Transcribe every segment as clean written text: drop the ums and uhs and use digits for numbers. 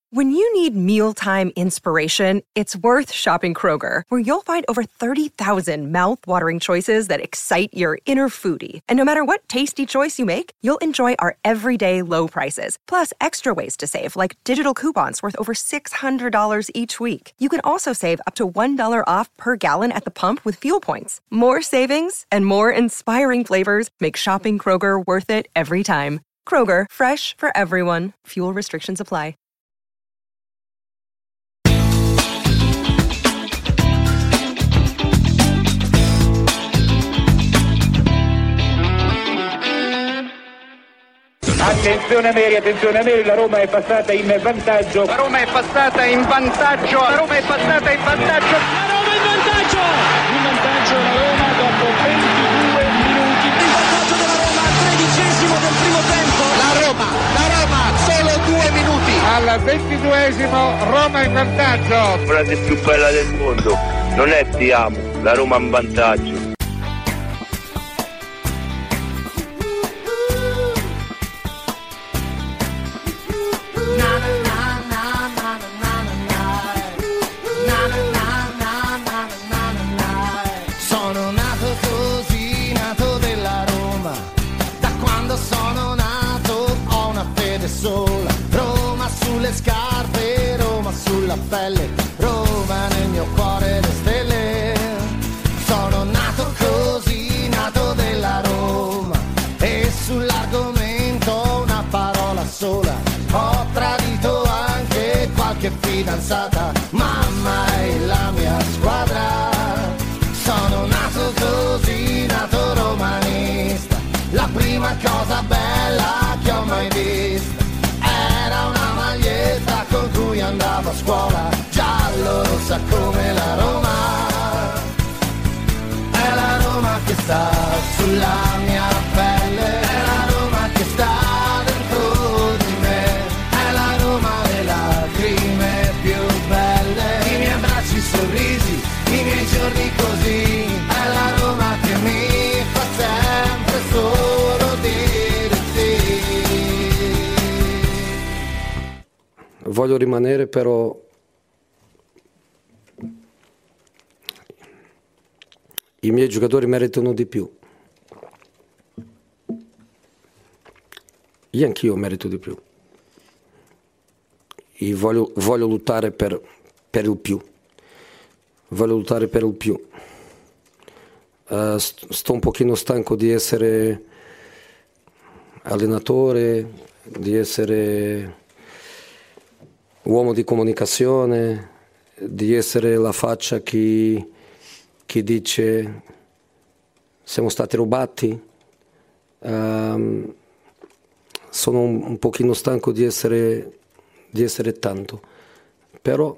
When you need mealtime inspiration, it's worth shopping Kroger, where you'll find over 30,000 mouth-watering choices that excite your inner foodie. And no matter what tasty choice you make, you'll enjoy our everyday low prices, plus extra ways to save, like digital coupons worth over $600 each week. You can also save up to $1 off per gallon at the pump with fuel points. More savings and more inspiring flavors make shopping Kroger worth it every time. Kroger, fresh for everyone. Fuel restrictions apply. Attenzione Meri, la Roma è passata in vantaggio. La Roma è passata in vantaggio. La Roma è passata in vantaggio. La Roma in vantaggio! In vantaggio la Roma dopo 22 minuti. In vantaggio della Roma al 13° del primo tempo. La Roma, solo 2 minuti. Al 22esimo Roma in vantaggio. La frase più bella del mondo. Non è ti amo, la Roma in vantaggio. Scarpe, Roma sulla pelle, Roma nel mio cuore le stelle. Sono nato così, nato della Roma, e sull'argomento una parola sola. Ho tradito anche qualche fidanzata, mamma è la mia squadra. Sono nato così, nato romanista, la prima cosa bella che ho mai visto era una maglietta con cui andavo a scuola, giallo-rossa come la Roma. È la Roma che sta sulla mia pelle, è la Roma che sta dentro di me, è la Roma delle lacrime più belle, i miei abbracci, i sorrisi, i miei giorni così, è la Roma che mi fa sempre solo dire sì. Voglio rimanere, però i miei giocatori meritano di più. Io anch'io merito di più. E voglio lottare per il più. Voglio lottare per il più. Sto un pochino stanco di essere allenatore, di essere uomo di comunicazione, di essere la faccia che dice siamo stati rubati. Sono un pochino stanco di essere tanto, però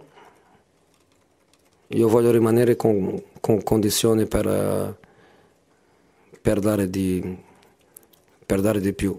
io voglio rimanere con condizioni per dare di più.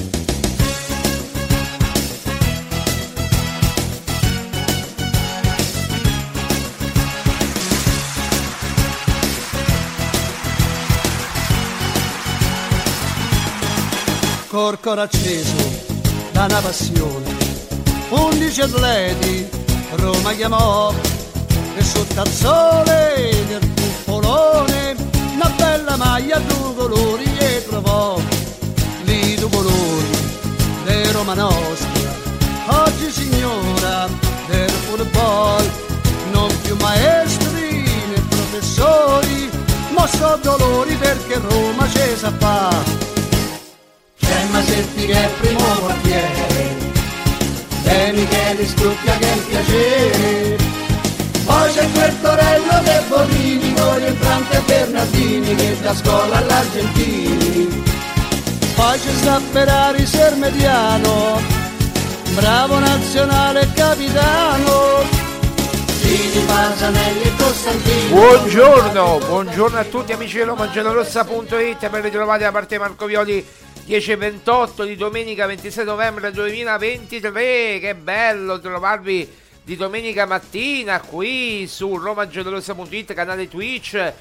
Col cuore acceso da una passione, 11 atleti Roma chiamò, e sotto al sole del cupolone una bella maglia a due colori e trovò. Lì due colori di Roma nostra, oggi signora del football, non più maestri né professori, ma so dolori perché Roma ci sa fa. C'è Masetti che è primo portiere, e Michele Stucchia che è il piacere, poi c'è quel Torello De Bonini, con Infranti e Bernardini che da scuola all'Argentini, poi c'è sta Ferrari Sermediano, bravo nazionale capitano, Gini Pasanelli e Costantino. Buongiorno a tutti amici di RomaGiallorossa.it, ben ritrovati da parte di Marco Violi. 10:28 di domenica 26 novembre 2023, che bello trovarvi di domenica mattina qui su RomaGiallorossa.it, canale Twitch,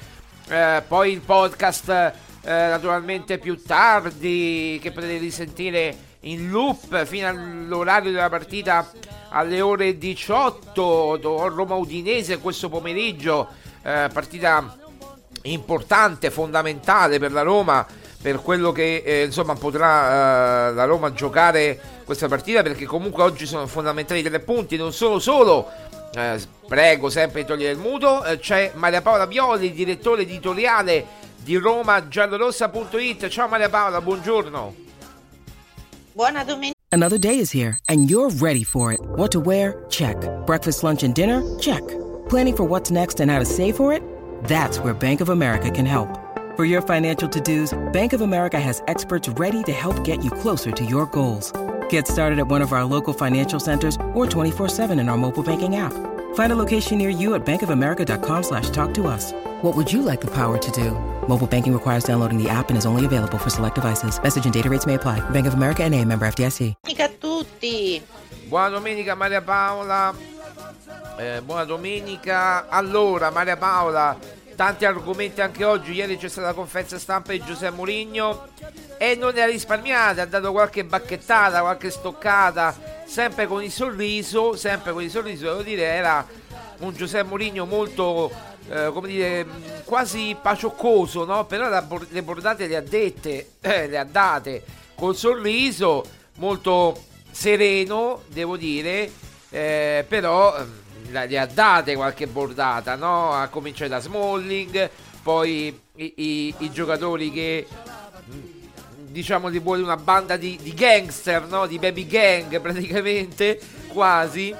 poi il podcast naturalmente più tardi, che potete risentire in loop fino all'orario della partita alle ore 18, Roma-Udinese questo pomeriggio, partita importante, fondamentale per la Roma, per quello che insomma potrà la Roma giocare questa partita, perché comunque oggi sono fondamentali 3 punti, non solo prego sempre di togliere il muto, c'è Maria Paola Violi, direttore editoriale di romagiallorossa.it. Ciao Maria Paola, buongiorno. Buona domenica. Another day is here and you're ready for it. What to wear? Check. Breakfast, lunch and dinner? Check. Planning for what's next and how to save for it? That's where Bank of America can help. For your financial to-dos, Bank of America has experts ready to help get you closer to your goals. Get started at one of our local financial centers or 24/7 in our mobile banking app. Find a location near you at bankofamerica.com/talktous. What would you like the power to do? Mobile banking requires downloading the app and is only available for select devices. Message and data rates may apply. Bank of America N.A., member FDIC. Domenica a tutti. Buona domenica Maria Paola. Buona domenica. Allora Maria Paola, tanti argomenti anche oggi. Ieri c'è stata la conferenza stampa di Giuseppe Mourinho e non ne ha risparmiate, ha dato qualche bacchettata, qualche stoccata, sempre con il sorriso, devo dire. Era un Giuseppe Mourinho molto come dire, quasi pacioccoso, no? Però le bordate le ha date col sorriso, molto sereno, devo dire, però le ha date qualche bordata, no? A cominciare da Smalling, poi i giocatori che diciamo di vuole una banda di gangster, no? Di baby gang praticamente, quasi,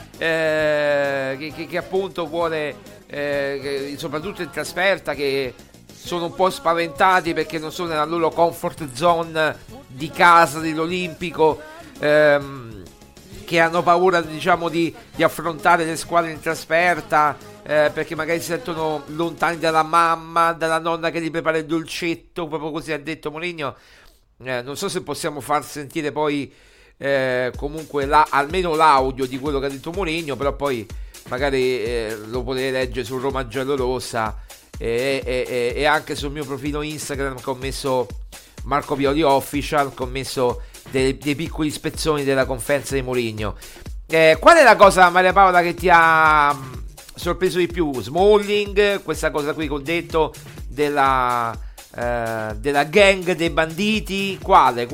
che appunto vuole, soprattutto in trasferta, che sono un po' spaventati perché non sono nella loro comfort zone di casa dell'Olimpico, che hanno paura, diciamo, di affrontare le squadre in trasferta, perché magari si sentono lontani dalla mamma, dalla nonna che gli prepara il dolcetto, proprio così ha detto Mourinho. Non so se possiamo far sentire poi comunque almeno l'audio di quello che ha detto Mourinho, però poi magari lo potete leggere su Roma Giallorossa e anche sul mio profilo Instagram, che ho messo Marco Violi Official, che ho messo dei piccoli spezzoni della conferenza di Mourinho. Qual è la cosa, Maria Paola, che ti ha sorpreso di più? Smalling, questa cosa qui che ho detto della gang dei banditi, quale?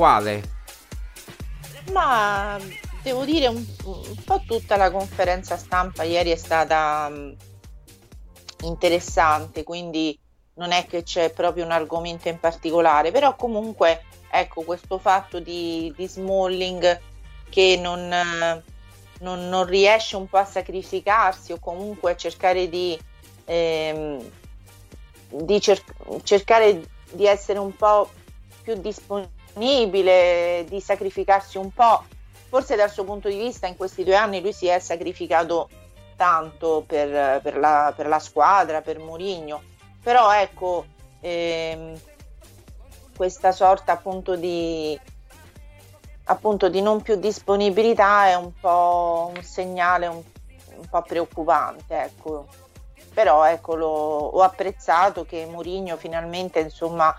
Ma devo dire un po' tutta la conferenza stampa ieri è stata interessante, quindi non è che c'è proprio un argomento in particolare, però comunque ecco, questo fatto di Smalling che non riesce un po' a sacrificarsi, o comunque a cercare cercare di essere un po' più disponibile, di sacrificarsi un po'. Forse dal suo punto di vista in questi 2 anni lui si è sacrificato tanto per la squadra, per Mourinho, però ecco, questa sorta appunto di non più disponibilità è un po' un segnale un po' preoccupante, ecco. Però ecco, ho apprezzato che Mourinho finalmente, insomma,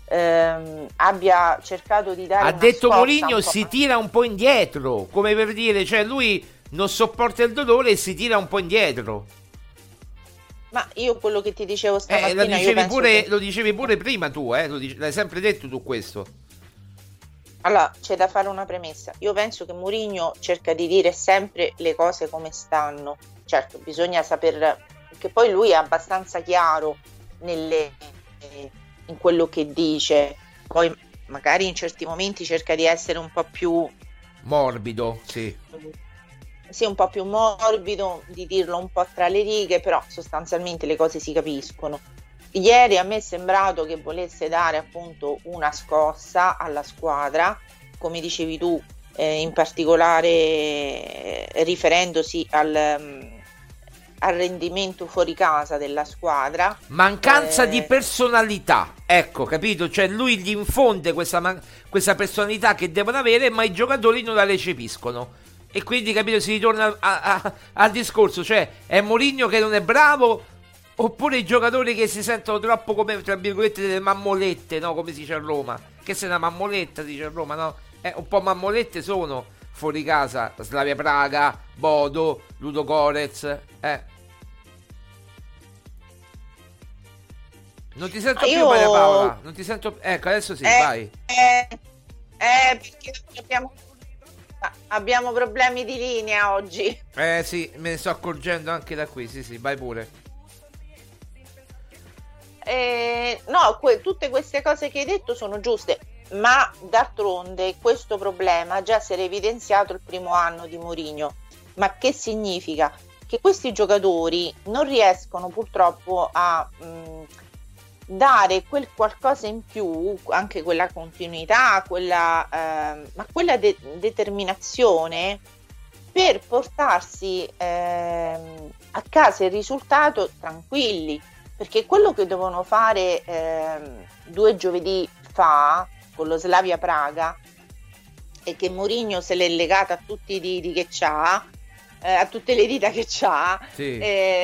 abbia cercato di dare, ha detto Mourinho, si tira un po' indietro, come per dire, cioè lui non sopporta il dolore e si tira un po' indietro. Ma io quello che ti dicevo stamattina, lo dicevi pure prima tu, l'hai sempre detto tu questo. Allora, c'è da fare una premessa. Io penso che Mourinho cerca di dire sempre le cose come stanno. Certo, bisogna saper, che poi lui è abbastanza chiaro in quello che dice, poi magari in certi momenti cerca di essere un po' più morbido, sì, un po' più morbido, di dirlo un po' tra le righe, però sostanzialmente le cose si capiscono. Ieri a me è sembrato che volesse dare appunto una scossa alla squadra, come dicevi tu, in particolare riferendosi al rendimento fuori casa della squadra. Mancanza di personalità, ecco, capito? Cioè lui gli infonde questa personalità che devono avere, ma i giocatori non la recepiscono. E quindi, capito, si ritorna al discorso, cioè è Mourinho che non è bravo, oppure i giocatori che si sentono troppo come, tra virgolette, delle mammolette, no? Come si dice a Roma, che sei una mammoletta, dice a Roma, no? un po' mammolette sono fuori casa, Slavia Praga, Bodo, Ludogorets. Non ti sento più, Maria Paola. Non ti sento. Ecco, adesso sì, vai. Perché abbiamo problemi di linea oggi. Sì, me ne sto accorgendo anche da qui. Sì, vai pure. No, tutte queste cose che hai detto sono giuste, ma d'altronde questo problema già si era evidenziato il primo anno di Mourinho. Ma che significa? Che questi giocatori non riescono purtroppo a dare quel qualcosa in più, anche quella continuità, ma quella determinazione per portarsi a casa il risultato tranquilli, perché quello che dovevano fare 2 giovedì fa con lo Slavia Praga, e che Mourinho se l'è legata a tutti i diti che c'ha, a tutte le dita che c'ha, sì.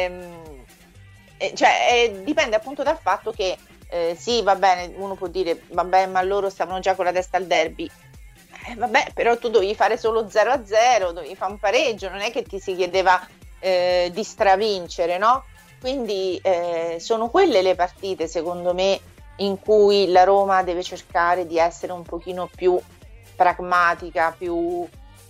Dipende appunto dal fatto che sì, va bene, uno può dire vabbè, ma loro stavano già con la testa al derby, vabbè, però tu dovevi fare solo 0-0, dovevi fare un pareggio, non è che ti si chiedeva di stravincere, no? Quindi sono quelle le partite, secondo me, in cui la Roma deve cercare di essere un pochino più pragmatica, più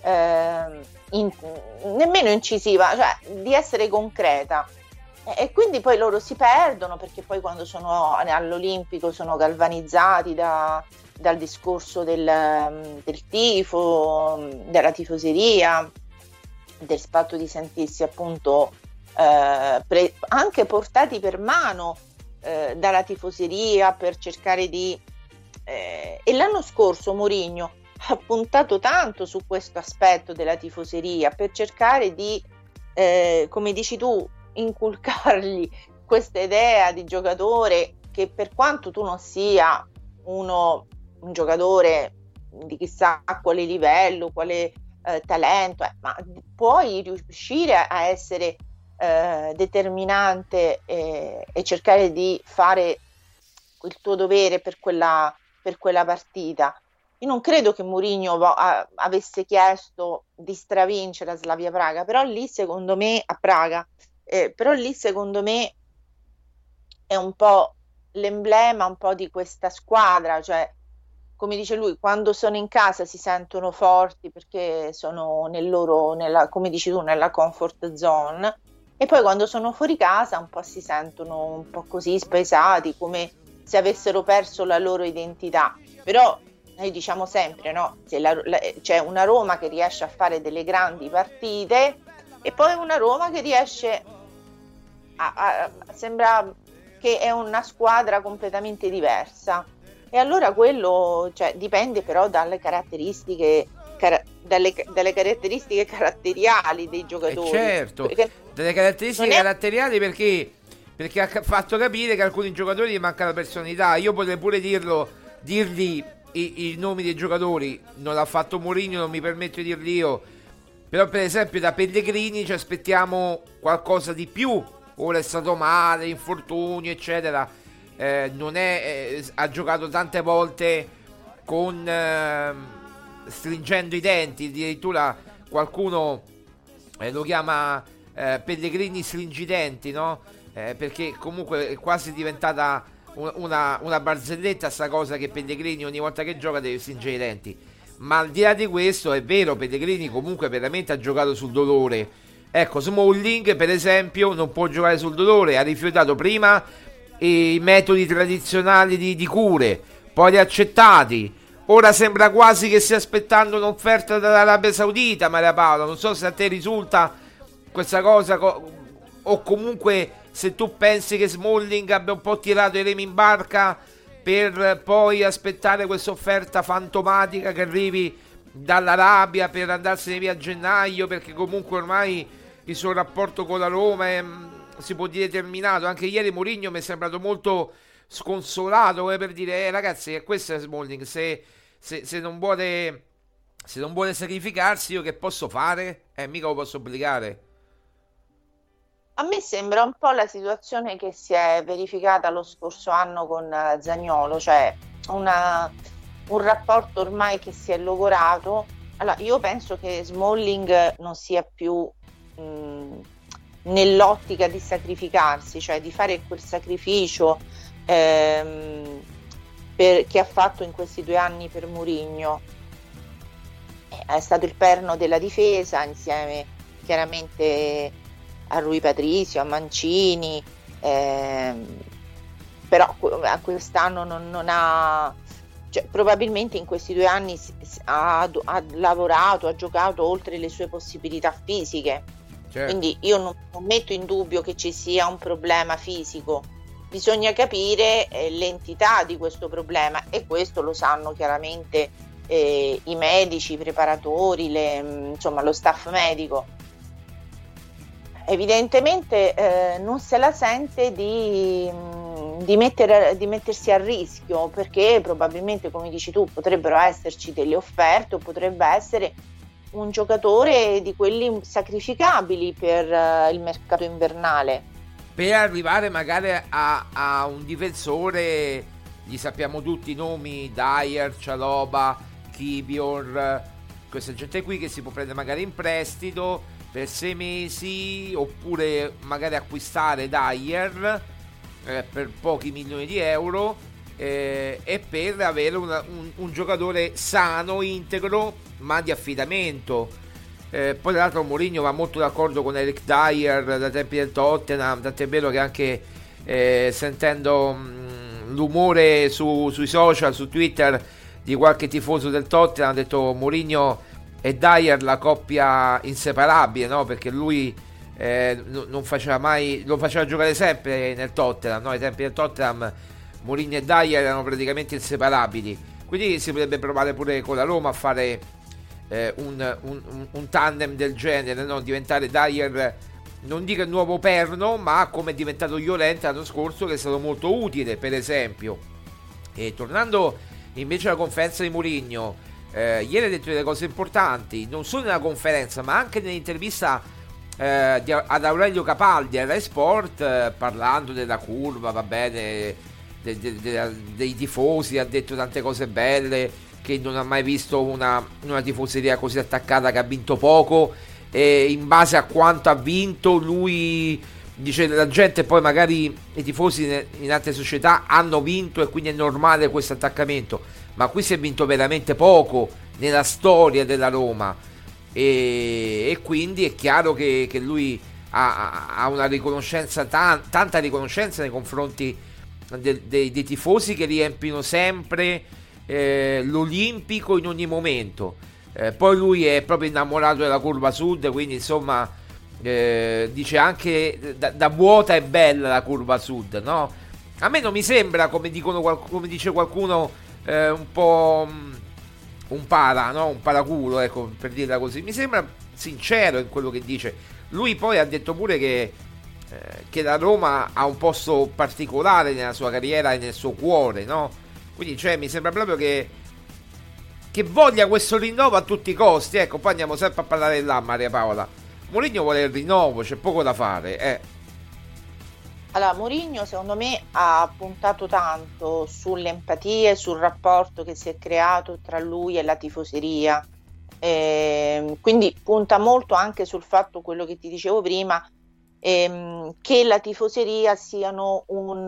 nemmeno incisiva, cioè di essere concreta. E quindi poi loro si perdono, perché poi quando sono all'Olimpico sono galvanizzati dal discorso del tifo, della tifoseria, del fatto di sentirsi appunto anche portati per mano dalla tifoseria per cercare di e l'anno scorso Mourinho ha puntato tanto su questo aspetto della tifoseria per cercare di come dici tu, inculcargli questa idea di giocatore che, per quanto tu non sia un giocatore di chissà quale livello, quale talento, ma puoi riuscire a essere determinante e cercare di fare il tuo dovere per quella partita. Io non credo che Mourinho avesse chiesto di stravincere a Slavia Praga, però lì secondo me a Praga secondo me è un po' l'emblema un po' di questa squadra, cioè come dice lui, quando sono in casa si sentono forti perché sono come dici tu, nella comfort zone, e poi quando sono fuori casa un po' si sentono un po' così spaesati, come se avessero perso la loro identità. Però noi diciamo sempre, no? C'è una Roma che riesce a fare delle grandi partite e poi una Roma che riesce sembra che è una squadra completamente diversa, e allora quello dipende però dalle caratteristiche dalle caratteristiche caratteriali dei giocatori. Certo, delle caratteristiche caratteriali, perché ha fatto capire che alcuni giocatori gli manca la personalità. Io potrei pure dirgli i nomi dei giocatori, non l'ha fatto Mourinho, non mi permetto di dirli io, però per esempio da Pellegrini ci aspettiamo qualcosa di più. Ora è stato male, infortunio eccetera, ha giocato tante volte stringendo i denti, addirittura qualcuno lo chiama Pellegrini stringidenti, no? Perché comunque è quasi diventata una barzelletta sta cosa, che Pellegrini ogni volta che gioca deve stringere i denti. Ma al di là di questo è vero, Pellegrini comunque veramente ha giocato sul dolore. Ecco, Smalling per esempio non può giocare sul dolore, ha rifiutato prima i metodi tradizionali di cure, poi li ha accettati. Ora sembra quasi che stia aspettando un'offerta dall'Arabia Saudita, Maria Paola. Non so se a te risulta questa cosa, o comunque se tu pensi che Smalling abbia un po' tirato i remi in barca per poi aspettare questa offerta fantomatica che arrivi dall'Arabia per andarsene via a gennaio, perché comunque ormai il suo rapporto con la Roma si può dire terminato. Anche ieri Mourinho mi è sembrato molto sconsolato, come per dire ragazzi, questo è Smalling, se non vuole sacrificarsi, io che posso fare? Mica lo posso obbligare. A me sembra un po' la situazione che si è verificata lo scorso anno con Zaniolo, cioè un rapporto ormai che si è logorato. Allora, io penso che Smalling non sia più nell'ottica di sacrificarsi, cioè di fare quel sacrificio che ha fatto in questi 2 anni per Mourinho. È stato il perno della difesa insieme chiaramente a Rui Patricio, a Mancini, però a quest'anno non ha, cioè, probabilmente in questi 2 anni ha lavorato, ha giocato oltre le sue possibilità fisiche. Certo. Quindi io non metto in dubbio che ci sia un problema fisico, bisogna capire l'entità di questo problema, e questo lo sanno chiaramente i medici, i preparatori, insomma lo staff medico. Evidentemente non se la sente di mettersi a rischio, perché probabilmente, come dici tu, potrebbero esserci delle offerte, o potrebbe essere un giocatore di quelli sacrificabili per il mercato invernale, per arrivare magari a un difensore. Gli sappiamo tutti i nomi: Dyer, Chalobah, Kivior, questa gente qui che si può prendere magari in prestito per 6 mesi, oppure magari acquistare Dyer per pochi milioni di euro, e per avere un giocatore sano, integro, ma di affidamento. Poi tra l'altro Mourinho va molto d'accordo con Eric Dyer da tempi del Tottenham, tant'è vero che anche sentendo l'umore sui social, su Twitter, di qualche tifoso del Tottenham, ha detto Mourinho e Dyer la coppia inseparabile, no? Perché lui non faceva mai, lo faceva giocare sempre nel Tottenham, no? Ai tempi del Tottenham Mourinho e Dyer erano praticamente inseparabili, quindi si potrebbe provare pure con la Roma a fare un tandem del genere, no? Diventare Dyer, non dico il nuovo perno, ma come è diventato Llorente l'anno scorso, che è stato molto utile, per esempio. E tornando invece alla conferenza di Mourinho, ieri ha detto delle cose importanti, non solo nella conferenza ma anche nell'intervista ad Aurelio Capaldi a Rai Sport, parlando della curva, va bene, dei tifosi, ha detto tante cose belle, che non ha mai visto una tifoseria così attaccata, che ha vinto poco, e in base a quanto ha vinto lui dice la gente, poi magari i tifosi in altre società hanno vinto e quindi è normale questo attaccamento, ma qui si è vinto veramente poco nella storia della Roma, e quindi è chiaro che lui ha una riconoscenza, tanta riconoscenza nei confronti dei tifosi che riempiono sempre l'Olimpico in ogni momento. Poi lui è proprio innamorato della curva sud, quindi insomma dice anche da vuota è bella la curva sud, no? A me non mi sembra, come dice qualcuno, un po' un paraculo, ecco, per dirla così. Mi sembra sincero in quello che dice. Lui poi ha detto pure che la Roma ha un posto particolare nella sua carriera e nel suo cuore, no? Quindi cioè mi sembra proprio che voglia questo rinnovo a tutti i costi. Ecco, poi andiamo sempre a parlare là, Maria Paola. Mourinho vuole il rinnovo, c'è poco da fare, Allora, Mourinho secondo me ha puntato tanto sull'empatia e sul rapporto che si è creato tra lui e la tifoseria, quindi punta molto anche sul fatto, quello che ti dicevo prima, che la tifoseria siano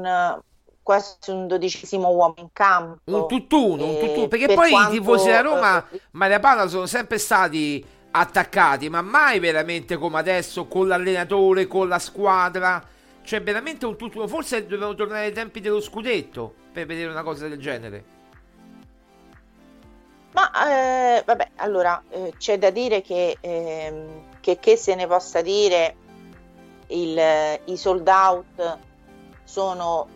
quasi un 12° uomo in campo, un tutt'uno, perché poi i tifosi della Roma, Maria Paola, sono sempre stati attaccati, ma mai veramente come adesso, con l'allenatore, con la squadra. C'è veramente un tutt'uno. Forse dobbiamo tornare ai tempi dello scudetto per vedere una cosa del genere. Ma vabbè, allora c'è da dire che se ne possa dire, i sold out sono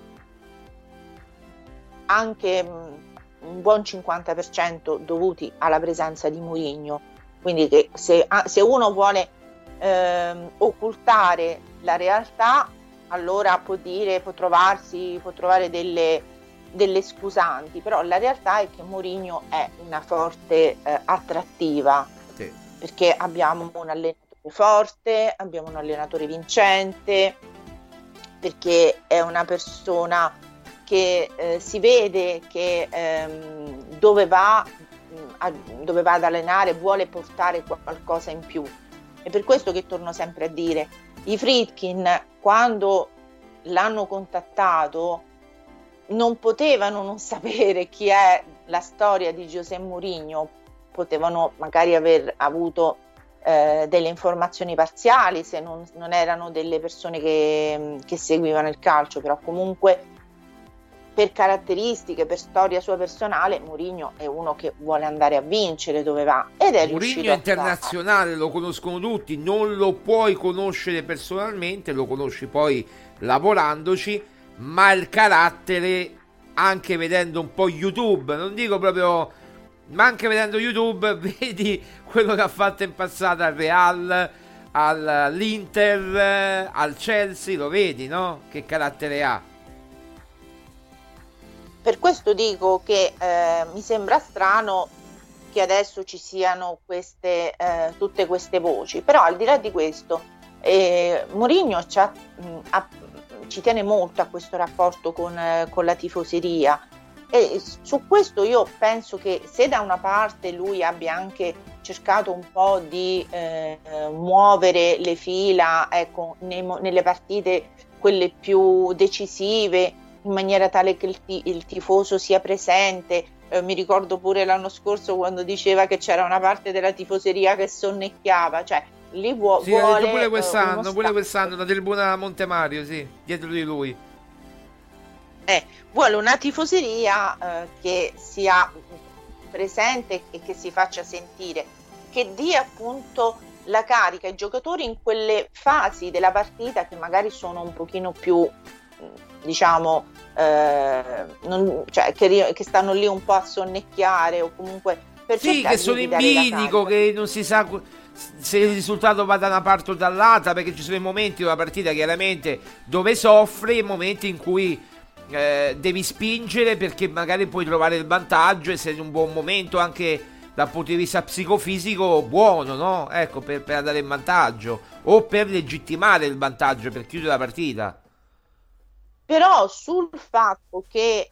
anche un buon 50% dovuti alla presenza di Mourinho. Quindi che se uno vuole occultare la realtà, allora può trovare delle scusanti, però la realtà è che Mourinho è una forte attrattiva, sì, perché abbiamo un allenatore forte, abbiamo un allenatore vincente, perché è una persona che si vede che dove va ad allenare, vuole portare qualcosa in più. È per questo che torno sempre a dire, i Friedkin quando l'hanno contattato non potevano non sapere chi è la storia di José Mourinho, potevano magari aver avuto delle informazioni parziali se non erano delle persone che seguivano il calcio, però comunque per caratteristiche, per storia sua personale, Mourinho è uno che vuole andare a vincere dove va ed è riuscito. Mourinho è internazionale, lo conoscono tutti, non lo puoi conoscere personalmente, lo conosci poi lavorandoci, ma il carattere, anche vedendo un po' YouTube, non dico proprio, ma anche vedendo YouTube, vedi quello che ha fatto in passato al Real, all'Inter, al Chelsea, lo vedi, no? Che carattere ha. Per questo dico che mi sembra strano che adesso ci siano tutte queste voci, però al di là di questo Mourinho ci tiene molto a questo rapporto con la tifoseria, e su questo io penso che se da una parte lui abbia anche cercato un po' di muovere le fila, ecco, nelle partite quelle più decisive, in maniera tale che il tifoso sia presente. Mi ricordo pure l'anno scorso quando diceva che c'era una parte della tifoseria che sonnecchiava, cioè lì vuole pure quest'anno la tribuna Montemario, sì, dietro di lui. Vuole una tifoseria che sia presente e che si faccia sentire, che dia appunto la carica ai giocatori in quelle fasi della partita che magari sono un pochino più, diciamo, che stanno lì un po' a sonnecchiare, o comunque per che sono in bilico, che non si sa se il risultato va da una parte o dall'altra, perché ci sono i momenti della partita chiaramente dove soffri, momenti in cui devi spingere perché magari puoi trovare il vantaggio e sei in un buon momento anche dal punto di vista psicofisico buono, no? Ecco, per andare in vantaggio o per legittimare il vantaggio, per chiudere la partita. Però sul fatto che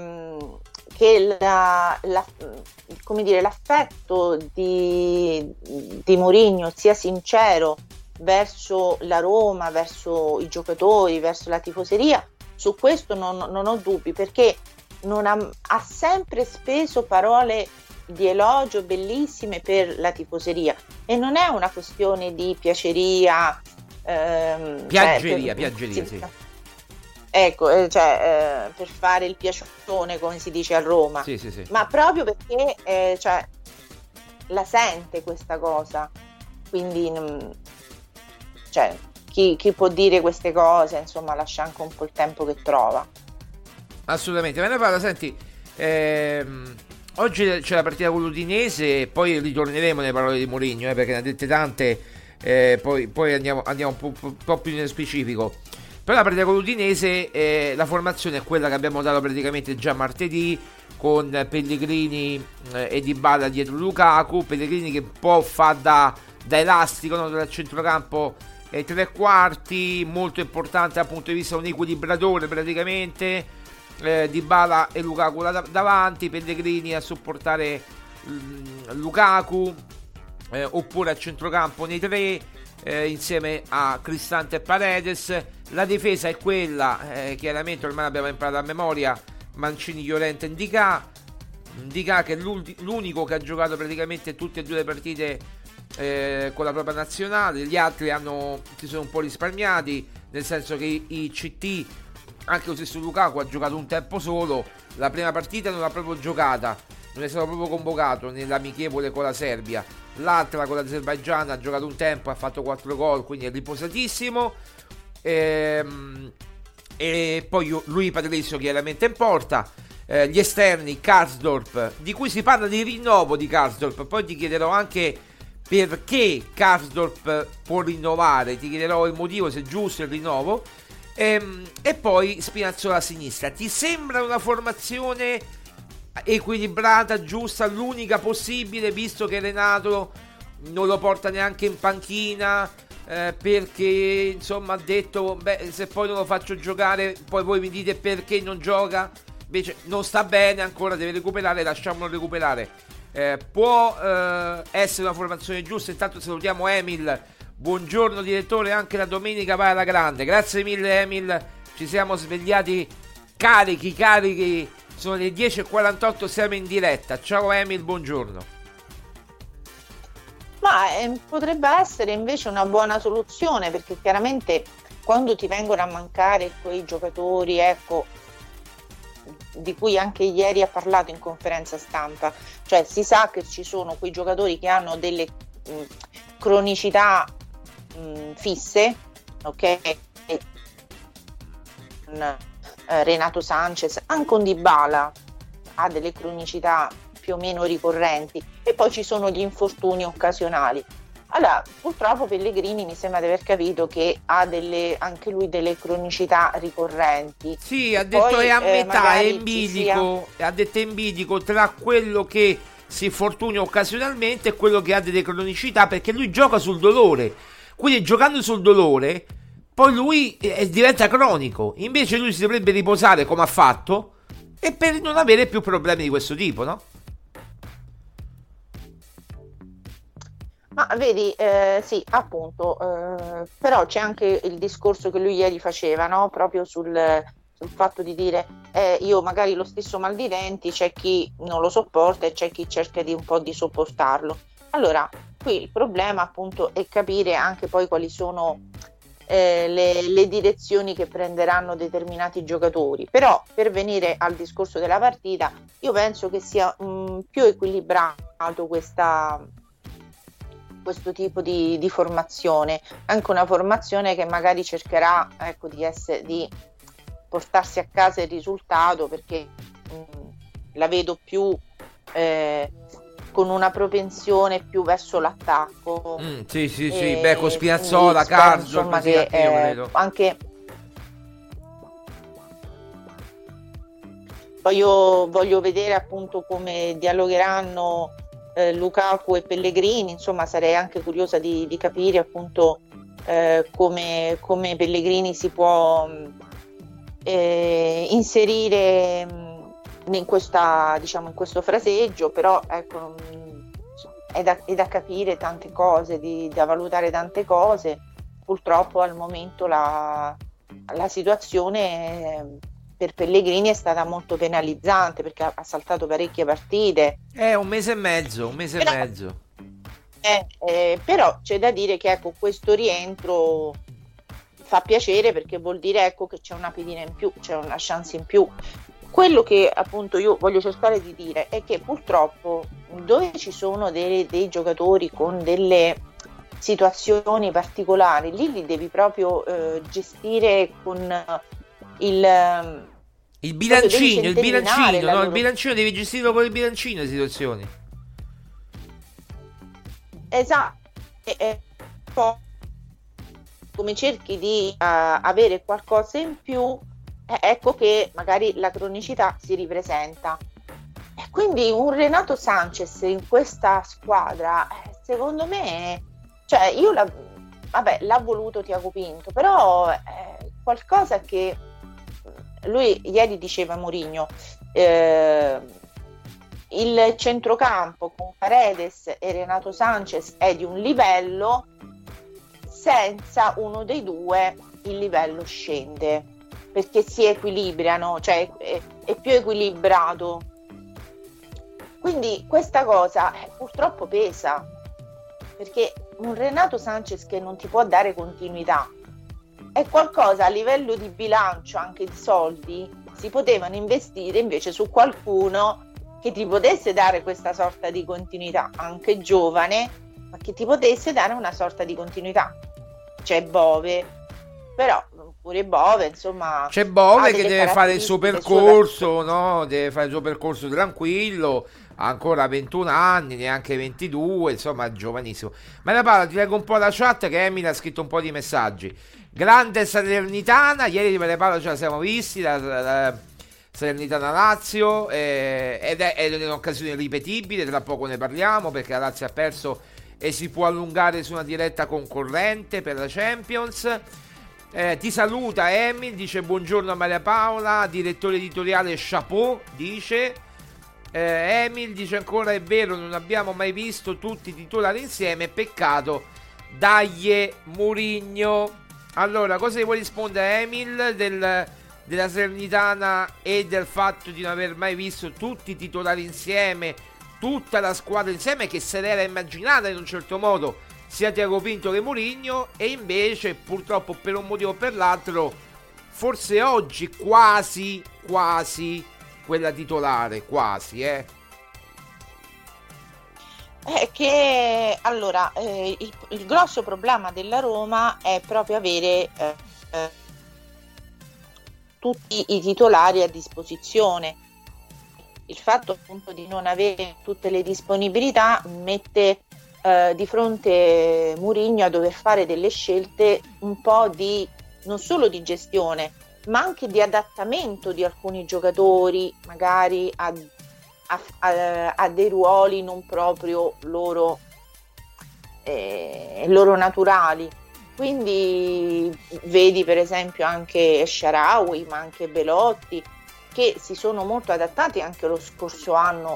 come dire, l'affetto di Mourinho sia sincero verso la Roma, verso i giocatori, verso la tifoseria, su questo non ho dubbi, perché ha sempre speso parole di elogio bellissime per la tifoseria, e non è una questione di piaceria, piaggeria, sì. Ecco, per fare il piacione, come si dice a Roma, sì. Ma proprio perché la sente questa cosa, quindi chi può dire queste cose, insomma, lascia anche un po' il tempo che trova. Assolutamente. Me ne parla, senti, oggi c'è la partita con l'Udinese, poi ritorneremo nelle parole di Mourinho, perché ne ha dette tante, poi andiamo un po' più nello specifico. Però la partita con l'Udinese, la formazione è quella che abbiamo dato praticamente già martedì, con Pellegrini e Dybala dietro Lukaku. Pellegrini che un po' fa da elastico, no? Dal centrocampo tre quarti, molto importante dal punto di vista un equilibratore praticamente. Dybala e Lukaku davanti, Pellegrini a supportare Lukaku, oppure a centrocampo nei tre, insieme a Cristante e Paredes. La difesa è quella, chiaramente ormai l'abbiamo imparato a memoria: Mancini, Llorente, Ndicà che è l'unico che ha giocato praticamente tutte e due le partite con la propria nazionale. Gli altri si sono un po' risparmiati, nel senso che i CT, anche lo stesso Lukaku, ha giocato un tempo solo. La prima partita non l'ha proprio giocata, non è stato proprio convocato nell'amichevole con la Serbia. L'altra con l'Azerbaigian ha giocato un tempo, ha fatto 4 gol, quindi è riposatissimo. E poi lui Patrizio chiaramente in porta. Gli esterni, Karsdorp, di cui si parla di rinnovo di Karsdorp, poi ti chiederò anche perché Karsdorp può rinnovare, ti chiederò il motivo, se è giusto il rinnovo. E poi Spinazzola a sinistra. Ti sembra una formazione equilibrata, giusta, l'unica possibile, visto che Renato non lo porta neanche in panchina, perché insomma ha detto se poi non lo faccio giocare poi voi mi dite perché non gioca? invece non sta bene ancora, deve recuperare, lasciamolo recuperare. Può essere una formazione giusta. Intanto salutiamo Emil, buongiorno direttore, anche la domenica vai alla grande. Grazie mille Emil, ci siamo svegliati carichi, sono le 10:48, siamo in diretta. Ciao Emil, buongiorno. Ma potrebbe essere invece una buona soluzione, perché chiaramente quando ti vengono a mancare quei giocatori, ecco, di cui anche ieri ha parlato in conferenza stampa, cioè si sa che ci sono quei giocatori che hanno delle cronicità fisse, ok? Renato Sanchez, anche un Dybala ha delle cronicità più o meno ricorrenti, e poi ci sono gli infortuni occasionali. Allora, purtroppo Pellegrini mi sembra di aver capito che ha anche lui delle cronicità ricorrenti. Sì, ha detto poi, è a metà, è in bilico, ha detto è in bilico tra quello che si infortuna occasionalmente e quello che ha delle cronicità, perché lui gioca sul dolore, quindi giocando sul dolore poi lui diventa cronico, invece lui si dovrebbe riposare come ha fatto e per non avere più problemi di questo tipo, no? Ma vedi, sì, appunto, però c'è anche il discorso che lui ieri faceva, no? Proprio sul fatto di dire io magari lo stesso mal di denti, c'è chi non lo sopporta e c'è chi cerca di un po' di sopportarlo. Allora, qui il problema appunto è capire anche poi quali sono le direzioni che prenderanno determinati giocatori. Però per venire al discorso della partita, io penso che sia più equilibrato questo tipo di formazione, anche una formazione che magari cercherà, ecco, di portarsi a casa il risultato, perché la vedo più con una propensione più verso l'attacco. Sì, beh, con Spinazzola, Carzo, insomma, che anche poi io voglio vedere appunto come dialogheranno Lukaku e Pellegrini, insomma sarei anche curiosa di capire appunto come Pellegrini si può inserire in questo fraseggio, però ecco, è da capire tante cose, da valutare tante cose. Purtroppo al momento la situazione per Pellegrini è stata molto penalizzante, perché ha saltato parecchie partite. Un mese e mezzo. Però c'è da dire che ecco, questo rientro fa piacere, perché vuol dire ecco che c'è una pedina in più, c'è una chance in più. Quello che appunto io voglio cercare di dire è che purtroppo dove ci sono dei giocatori con delle situazioni particolari, lì li devi proprio gestire con il bilancino, il bilancino devi gestirlo con il bilancino le situazioni. Esatto. Poi come cerchi di avere qualcosa in più, ecco che magari la cronicità si ripresenta. E quindi un Renato Sanchez in questa squadra, secondo me, cioè io l'ha voluto Tiago Pinto, però qualcosa che lui ieri diceva Mourinho, il centrocampo con Paredes e Renato Sanchez è di un livello, senza uno dei due il livello scende, perché si equilibrano, cioè è più equilibrato. Quindi questa cosa purtroppo pesa, perché un Renato Sanchez che non ti può dare continuità è qualcosa a livello di bilancio, anche di soldi, si potevano investire invece su qualcuno che ti potesse dare questa sorta di continuità, anche giovane, ma che ti potesse dare una sorta di continuità. C'è Bove, però pure Bove, insomma, c'è Bove che deve fare il suo percorso, no? Deve fare il suo percorso tranquillo, ha ancora 21 anni, neanche 22, insomma è giovanissimo. Ma la Paola, ti leggo un po' la chat, che Emily ha scritto un po' di messaggi. Grande Salernitana, ieri di Maria Paola ce la siamo visti, la Salernitana Lazio, ed è un'occasione ripetibile, tra poco ne parliamo, perché la Lazio ha perso e si può allungare su una diretta concorrente per la Champions. Ti saluta Emil, dice buongiorno a Maria Paola, direttore editoriale chapeau, dice Emil, dice ancora è vero, non abbiamo mai visto tutti i titolari insieme, peccato, dagli Mourinho. Allora, cosa gli vuoi rispondere Emil della Salernitana e del fatto di non aver mai visto tutti i titolari insieme, tutta la squadra insieme, che se l'era immaginata in un certo modo sia Tiago Pinto che Mourinho, e invece purtroppo per un motivo o per l'altro forse oggi quasi quella titolare, quasi che allora il grosso problema della Roma è proprio avere tutti i titolari a disposizione. Il fatto appunto di non avere tutte le disponibilità mette di fronte Mourinho a dover fare delle scelte un po' di non solo di gestione, ma anche di adattamento di alcuni giocatori magari a dei ruoli non proprio loro naturali. Quindi vedi per esempio anche Shaarawy, ma anche Belotti, che si sono molto adattati anche lo scorso anno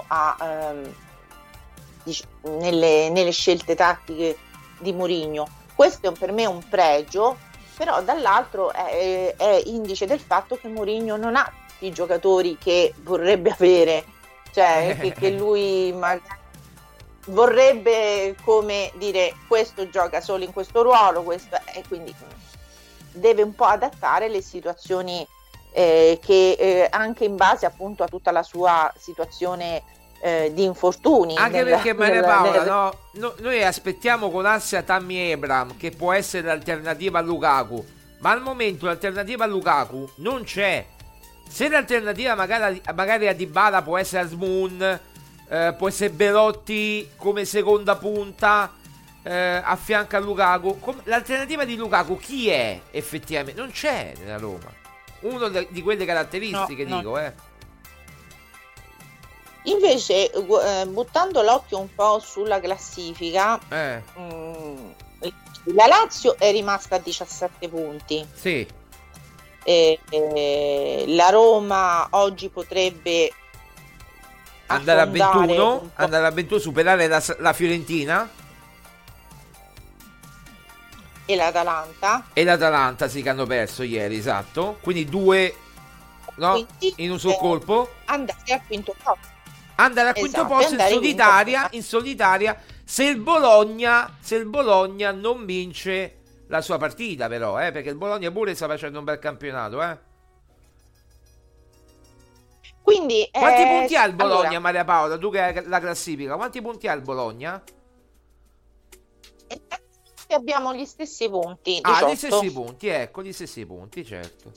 nelle scelte tattiche di Mourinho. Questo per me è un pregio, però dall'altro è indice del fatto che Mourinho non ha i giocatori che vorrebbe avere, cioè che lui magari vorrebbe, come dire, questo gioca solo in questo ruolo, questo, e quindi deve un po' adattare le situazioni che anche in base appunto a tutta la sua situazione di infortuni. Anche perché Maria Paola, noi aspettiamo con ansia Tammy Abraham, che può essere l'alternativa a Lukaku, ma al momento l'alternativa a Lukaku non c'è. Se l'alternativa magari a Dybala può essere Asmoon, può essere Belotti come seconda punta a fianco a Lukaku, l'alternativa di Lukaku chi è effettivamente? Non c'è nella Roma uno di quelle caratteristiche, no. Invece buttando l'occhio un po' sulla classifica, la Lazio è rimasta a 17 punti. Sì. La Roma oggi potrebbe andare a 21, superare la Fiorentina e l'Atalanta sì, che hanno perso ieri, esatto, quindi due in un sol colpo, andare al quinto posto in solitaria se il Bologna non vince la sua partita, però perché il Bologna pure sta facendo un bel campionato, Quindi quanti punti ha il Bologna, allora, Maria Paola, tu che hai la classifica, quanti punti ha il Bologna? Abbiamo gli stessi punti, 18. Gli stessi punti, ecco, gli stessi punti, certo.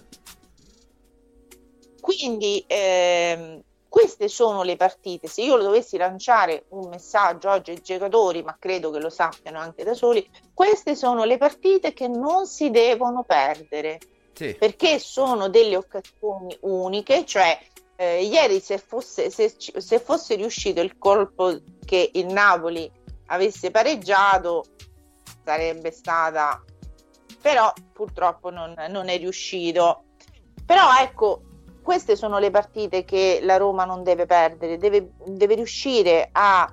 Quindi queste sono le partite. Se io dovessi lanciare un messaggio oggi ai giocatori, ma credo che lo sappiano anche da soli, queste sono le partite che non si devono perdere, sì, perché sono delle occasioni uniche. Cioè ieri se fosse riuscito il colpo che il Napoli avesse pareggiato sarebbe stata, però purtroppo non è riuscito. Però ecco, queste sono le partite che la Roma non deve perdere, deve riuscire a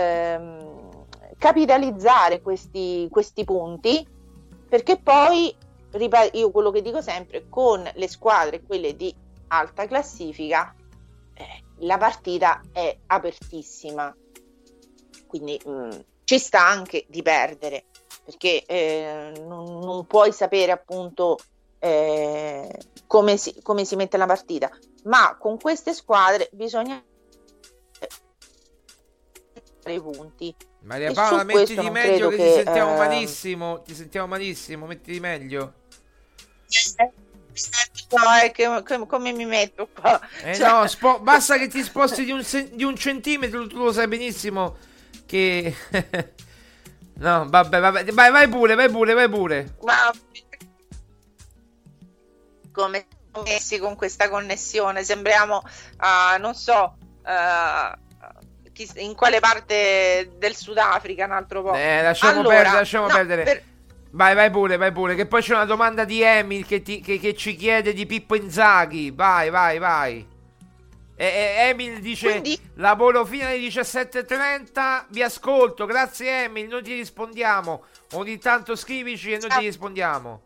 capitalizzare questi punti, perché poi, io quello che dico sempre, con le squadre, quelle di alta classifica, la partita è apertissima, quindi ci sta anche di perdere, perché non puoi sapere appunto come si mette la partita, ma con queste squadre bisogna fare i punti. Maria Paola, mettiti meglio, che ti sentiamo malissimo, mettiti meglio. No, è che come mi metto qua? Basta che ti sposti di un centimetro, tu lo sai benissimo che no, vabbè, vai pure. Ma come messi con questa connessione? Sembriamo non so in quale parte del Sudafrica, un altro po'. Lasciamo perdere. Vai pure, che poi c'è una domanda di Emil che ci chiede di Pippo Inzaghi. Vai. Emil dice: quindi, lavoro fino alle 17:30, vi ascolto, grazie Emil, noi ti rispondiamo. Ogni tanto scrivici e noi ti rispondiamo.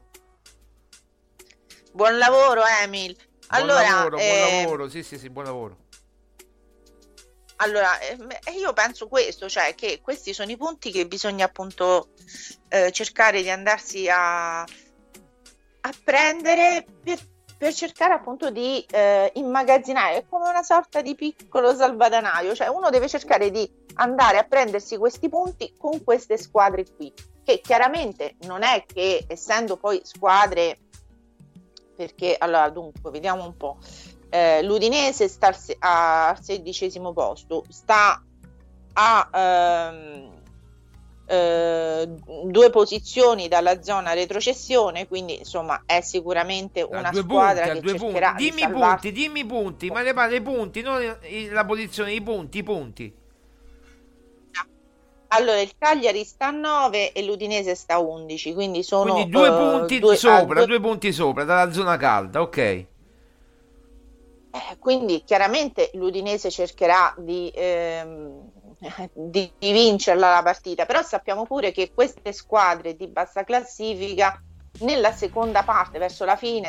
Buon lavoro Emil. Buon lavoro, sì, buon lavoro. Allora, io penso questo, cioè che questi sono i punti che bisogna appunto cercare di andarsi a prendere per cercare appunto di immagazzinare. È come una sorta di piccolo salvadanaio, cioè uno deve cercare di andare a prendersi questi punti con queste squadre qui, che chiaramente non è che, essendo poi squadre, perché allora dunque vediamo un po', l'Udinese sta al 16° posto, sta a 2 posizioni dalla zona retrocessione, quindi insomma è sicuramente una squadra che cercherà di salvarsi. Dimmi i punti, ma ne parla i punti, non la posizione, i punti. Allora il Cagliari sta a 9 e l'Udinese sta a 11, quindi sono 2 punti sopra, 2 punti sopra dalla zona calda, ok. Quindi chiaramente l'Udinese cercherà di vincerla la partita, però sappiamo pure che queste squadre di bassa classifica nella seconda parte, verso la fine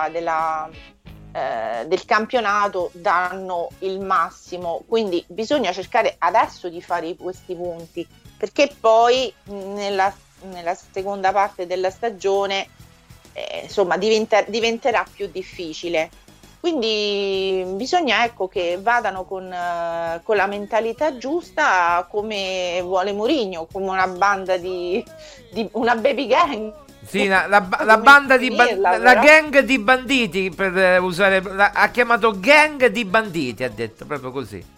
del campionato, danno il massimo, quindi bisogna cercare adesso di fare questi punti, perché poi nella seconda parte della stagione insomma diventerà più difficile. Quindi bisogna, ecco, che vadano con la mentalità giusta, come vuole Mourinho, come una banda di una baby gang. Sì, la banda la gang di banditi, per usare, ha chiamato gang di banditi, ha detto proprio così.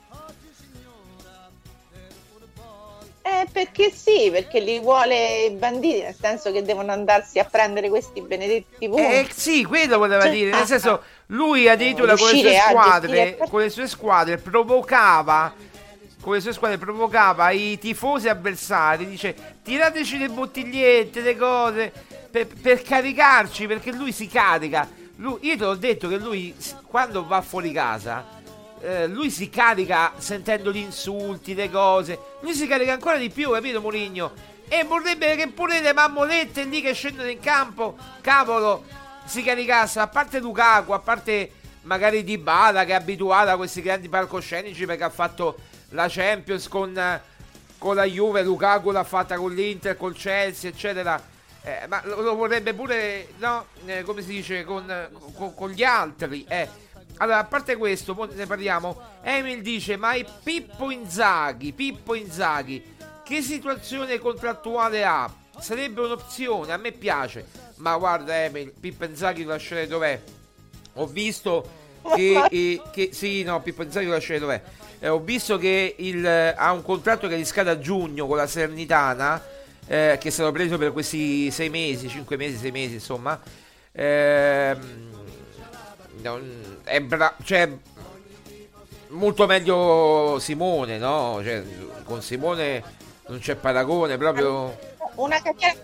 Perché sì, perché li vuole i banditi, nel senso che devono andarsi a prendere questi benedetti punti. Sì, quello voleva dire, nel senso, lui addirittura con le sue squadre provocava i tifosi avversari, dice tirateci le bottigliette, le cose, per caricarci, perché lui si carica. Io te l'ho detto che lui, quando va fuori casa, lui si carica sentendo gli insulti, le cose, lui si carica ancora di più, capito Mourinho? E vorrebbe che pure le mammolette lì che scendono in campo, cavolo, si caricassero, a parte Lukaku, a parte magari Dybala, che è abituato a questi grandi palcoscenici perché ha fatto la Champions con la Juve, Lukaku l'ha fatta con l'Inter, col Chelsea, eccetera, ma lo vorrebbe pure, no? Come si dice, con gli altri, Allora, a parte questo, poi ne parliamo. Emil dice: ma è Pippo Inzaghi, che situazione contrattuale ha? Sarebbe un'opzione, a me piace. Ma guarda Emil, Pippo Inzaghi lo lascerei dov'è. Ho visto che sì, no, Pippo Inzaghi lo lascerei dov'è. Ho visto che ha un contratto che riscade a giugno con la Salernitana, che è stato preso per questi 6 mesi, 5 mesi, 6 mesi, insomma. Cioè, molto meglio Simone, no? Cioè, con Simone non c'è paragone, proprio una carriera.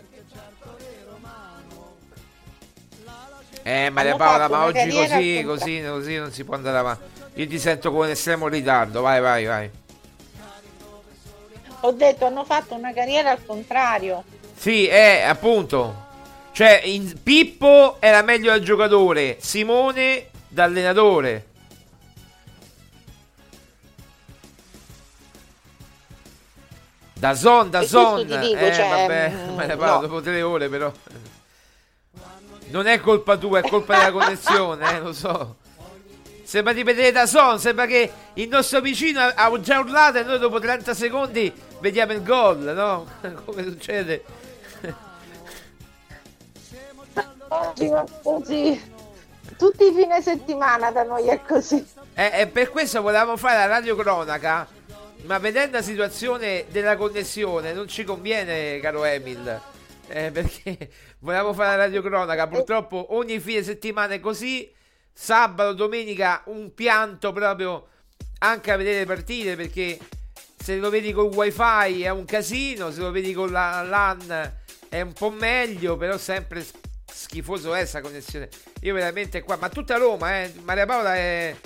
Maria Paola, ma oggi così non si può andare avanti. Io ti sento con estremo ritardo, vai. Ho detto, hanno fatto una carriera al contrario. Sì, appunto. Cioè, Pippo era meglio da giocatore, Simone da allenatore. Da Zon. Vabbè, me ne parlo dopo 3 ore, però. Non è colpa tua, è colpa della connessione, lo so. Sembra di vedere da Zon, sembra che il nostro vicino ha già urlato e noi dopo 30 secondi vediamo il gol, no? Come succede? Così. Tutti i fine settimana da noi è così. Per questo volevamo fare la radiocronaca, ma vedendo la situazione della connessione non ci conviene, caro Emil, perché volevamo fare la radiocronaca. Purtroppo ogni fine settimana è così, sabato, domenica un pianto proprio anche a vedere le partite, perché se lo vedi col wifi è un casino, se lo vedi con la LAN è un po' meglio, però sempre schifoso essa connessione. Io veramente qua, ma tutta Roma, Maria Paola è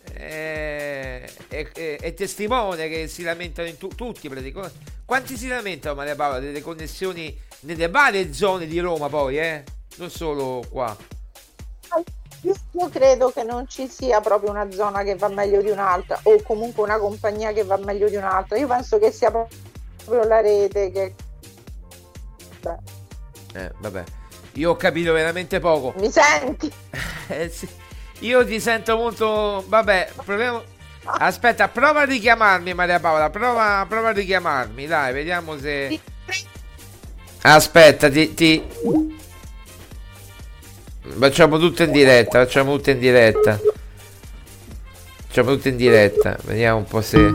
testimone che si lamentano in tutti praticamente. Quanti si lamentano, Maria Paola, delle connessioni nelle varie zone di Roma poi, non solo qua? Io credo che non ci sia proprio una zona che va meglio di un'altra, o comunque una compagnia che va meglio di un'altra. Io penso che sia proprio la rete che... Vabbè, io ho capito veramente poco. Mi senti? Sì. Io ti sento molto... Vabbè, proviamo... Aspetta, prova a richiamarmi, Maria Paola. Prova a richiamarmi, dai, vediamo se... Aspetta, facciamo tutto in diretta. Vediamo un po' se...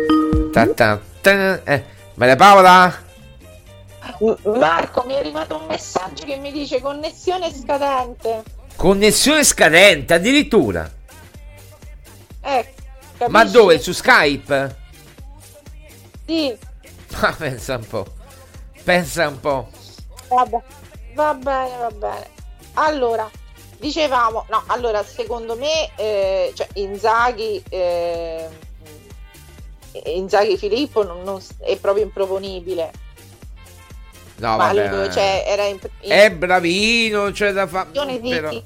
Maria Paola? Marco, mi è arrivato un messaggio che mi dice connessione scadente. Connessione scadente, addirittura? Capisci? Ma dove? Su Skype? Sì. Ma pensa un po'. Va bene. Allora, dicevamo, secondo me Inzaghi Filippo non è proprio improponibile. No, vabbè. È bravino, c'è da fare. Però...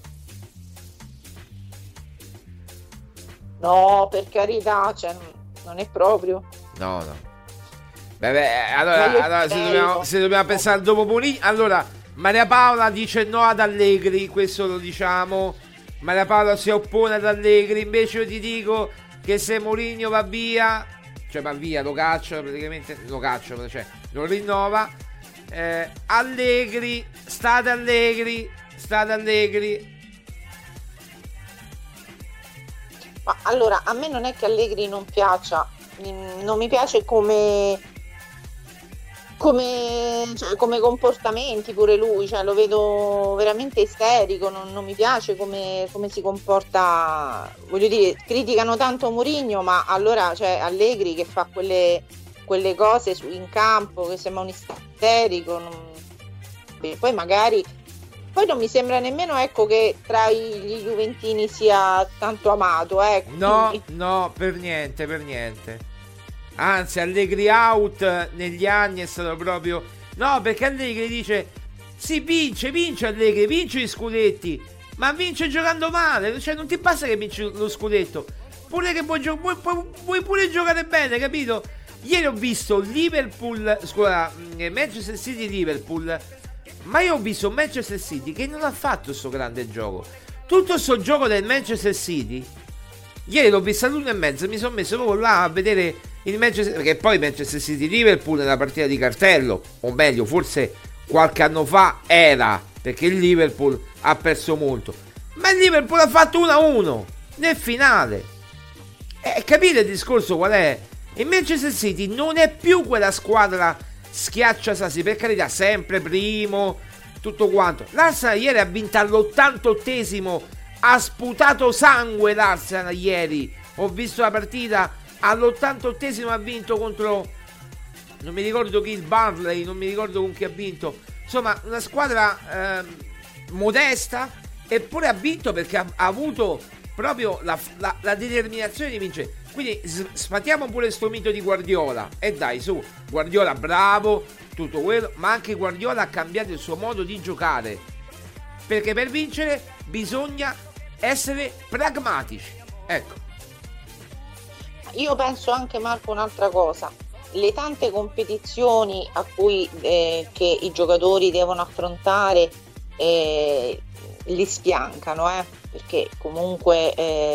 No, per carità, non è proprio. No. Vabbè, allora se dobbiamo pensare dopo Mourinho. Allora, Maria Paola dice no ad Allegri, questo lo diciamo. Maria Paola si oppone ad Allegri. Invece io ti dico che se Mourinho va via, lo cacciano praticamente, non rinnova. Allegri, state Allegri. Ma allora, a me non è che Allegri non piaccia, non mi piace come comportamenti pure lui, lo vedo veramente isterico, non mi piace come si comporta. Voglio dire, criticano tanto Mourinho, ma allora Allegri che fa quelle cose in campo che sembra un isterico, poi magari non mi sembra nemmeno che tra gli juventini sia tanto amato, no, per niente. Anzi, Allegri out negli anni è stato proprio... No, perché Allegri dice si vince Allegri, vince gli scudetti, ma vince giocando male, non ti basta che vinci lo scudetto, pure che puoi pure giocare bene, capito? Ieri ho visto Manchester City-Liverpool, ma io ho visto Manchester City che non ha fatto sto grande gioco. Tutto sto gioco del Manchester City ieri l'ho visto all'1:30, mi sono messo proprio là a vedere il Manchester, perché poi Manchester City-Liverpool è una partita di cartello, o meglio forse qualche anno fa era, perché il Liverpool ha perso molto, ma il Liverpool ha fatto 1-1 nel finale. Capite il discorso qual è? Il Manchester City non è più quella squadra schiacciasassi, per carità, sempre primo, tutto quanto. L'Arsenal ieri ha vinto all'88esimo, ha sputato sangue l'Arsenal ieri. Ho visto la partita, all'88esimo ha vinto contro, non mi ricordo chi, il Barley, non mi ricordo con chi ha vinto. Insomma, una squadra modesta, eppure ha vinto perché ha avuto proprio la determinazione di vincere. Quindi sfatiamo pure sto mito di Guardiola. E dai, su, Guardiola bravo, tutto quello, ma anche Guardiola ha cambiato il suo modo di giocare, perché per vincere bisogna essere pragmatici. Ecco. Io penso anche, Marco, un'altra cosa: le tante competizioni a cui che i giocatori devono affrontare li sfiancano, perché comunque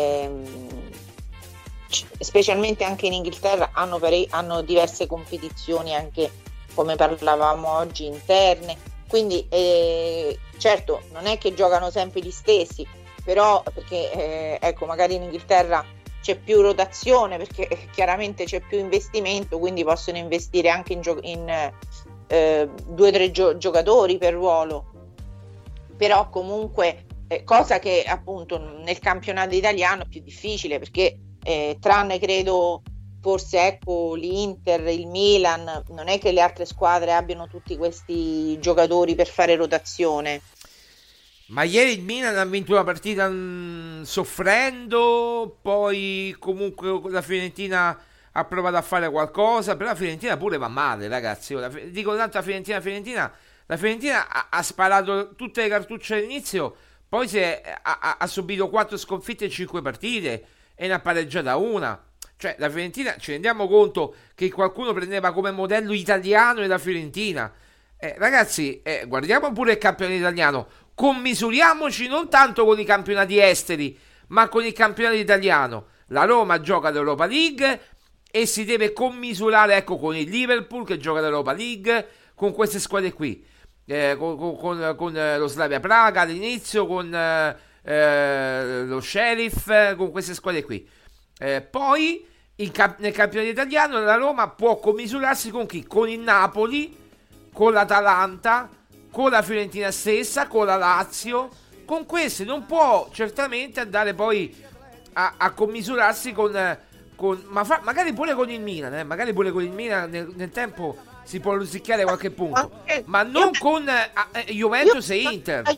specialmente anche in Inghilterra hanno diverse competizioni, anche come parlavamo oggi, interne, quindi certo non è che giocano sempre gli stessi, però perché ecco, magari in Inghilterra c'è più rotazione, perché chiaramente c'è più investimento, quindi possono investire anche in 2 o 3 giocatori per ruolo, però comunque cosa che appunto nel campionato italiano è più difficile, perché tranne credo forse ecco l'Inter, il Milan, non è che le altre squadre abbiano tutti questi giocatori per fare rotazione. Ma ieri il Milan ha vinto la partita soffrendo, poi comunque la Fiorentina ha provato a fare qualcosa, però la Fiorentina pure va male, ragazzi. Dico tanto la Fiorentina ha sparato tutte le cartucce all'inizio, poi ha subito 4 sconfitte in 5 partite e ne ha pareggiata una. Cioè la Fiorentina, ci rendiamo conto che qualcuno prendeva come modello italiano la Fiorentina. Ragazzi, guardiamo pure il campionato italiano, commisuriamoci non tanto con i campionati esteri, ma con il campionato italiano. La Roma gioca l'Europa League e si deve commisurare, ecco, con il Liverpool che gioca l'Europa League, con queste squadre qui, con lo Slavia Praga all'inizio, con lo Sheriff, con queste squadre qui. Poi nel campionato italiano la Roma può commisurarsi con chi? Con il Napoli, con l'Atalanta, con la Fiorentina stessa, con la Lazio. Con questi non può certamente andare poi a commisurarsi magari pure con il Milan, magari pure con il Milan nel tempo si può rosicchiare qualche punto, ma non con Juventus e Inter.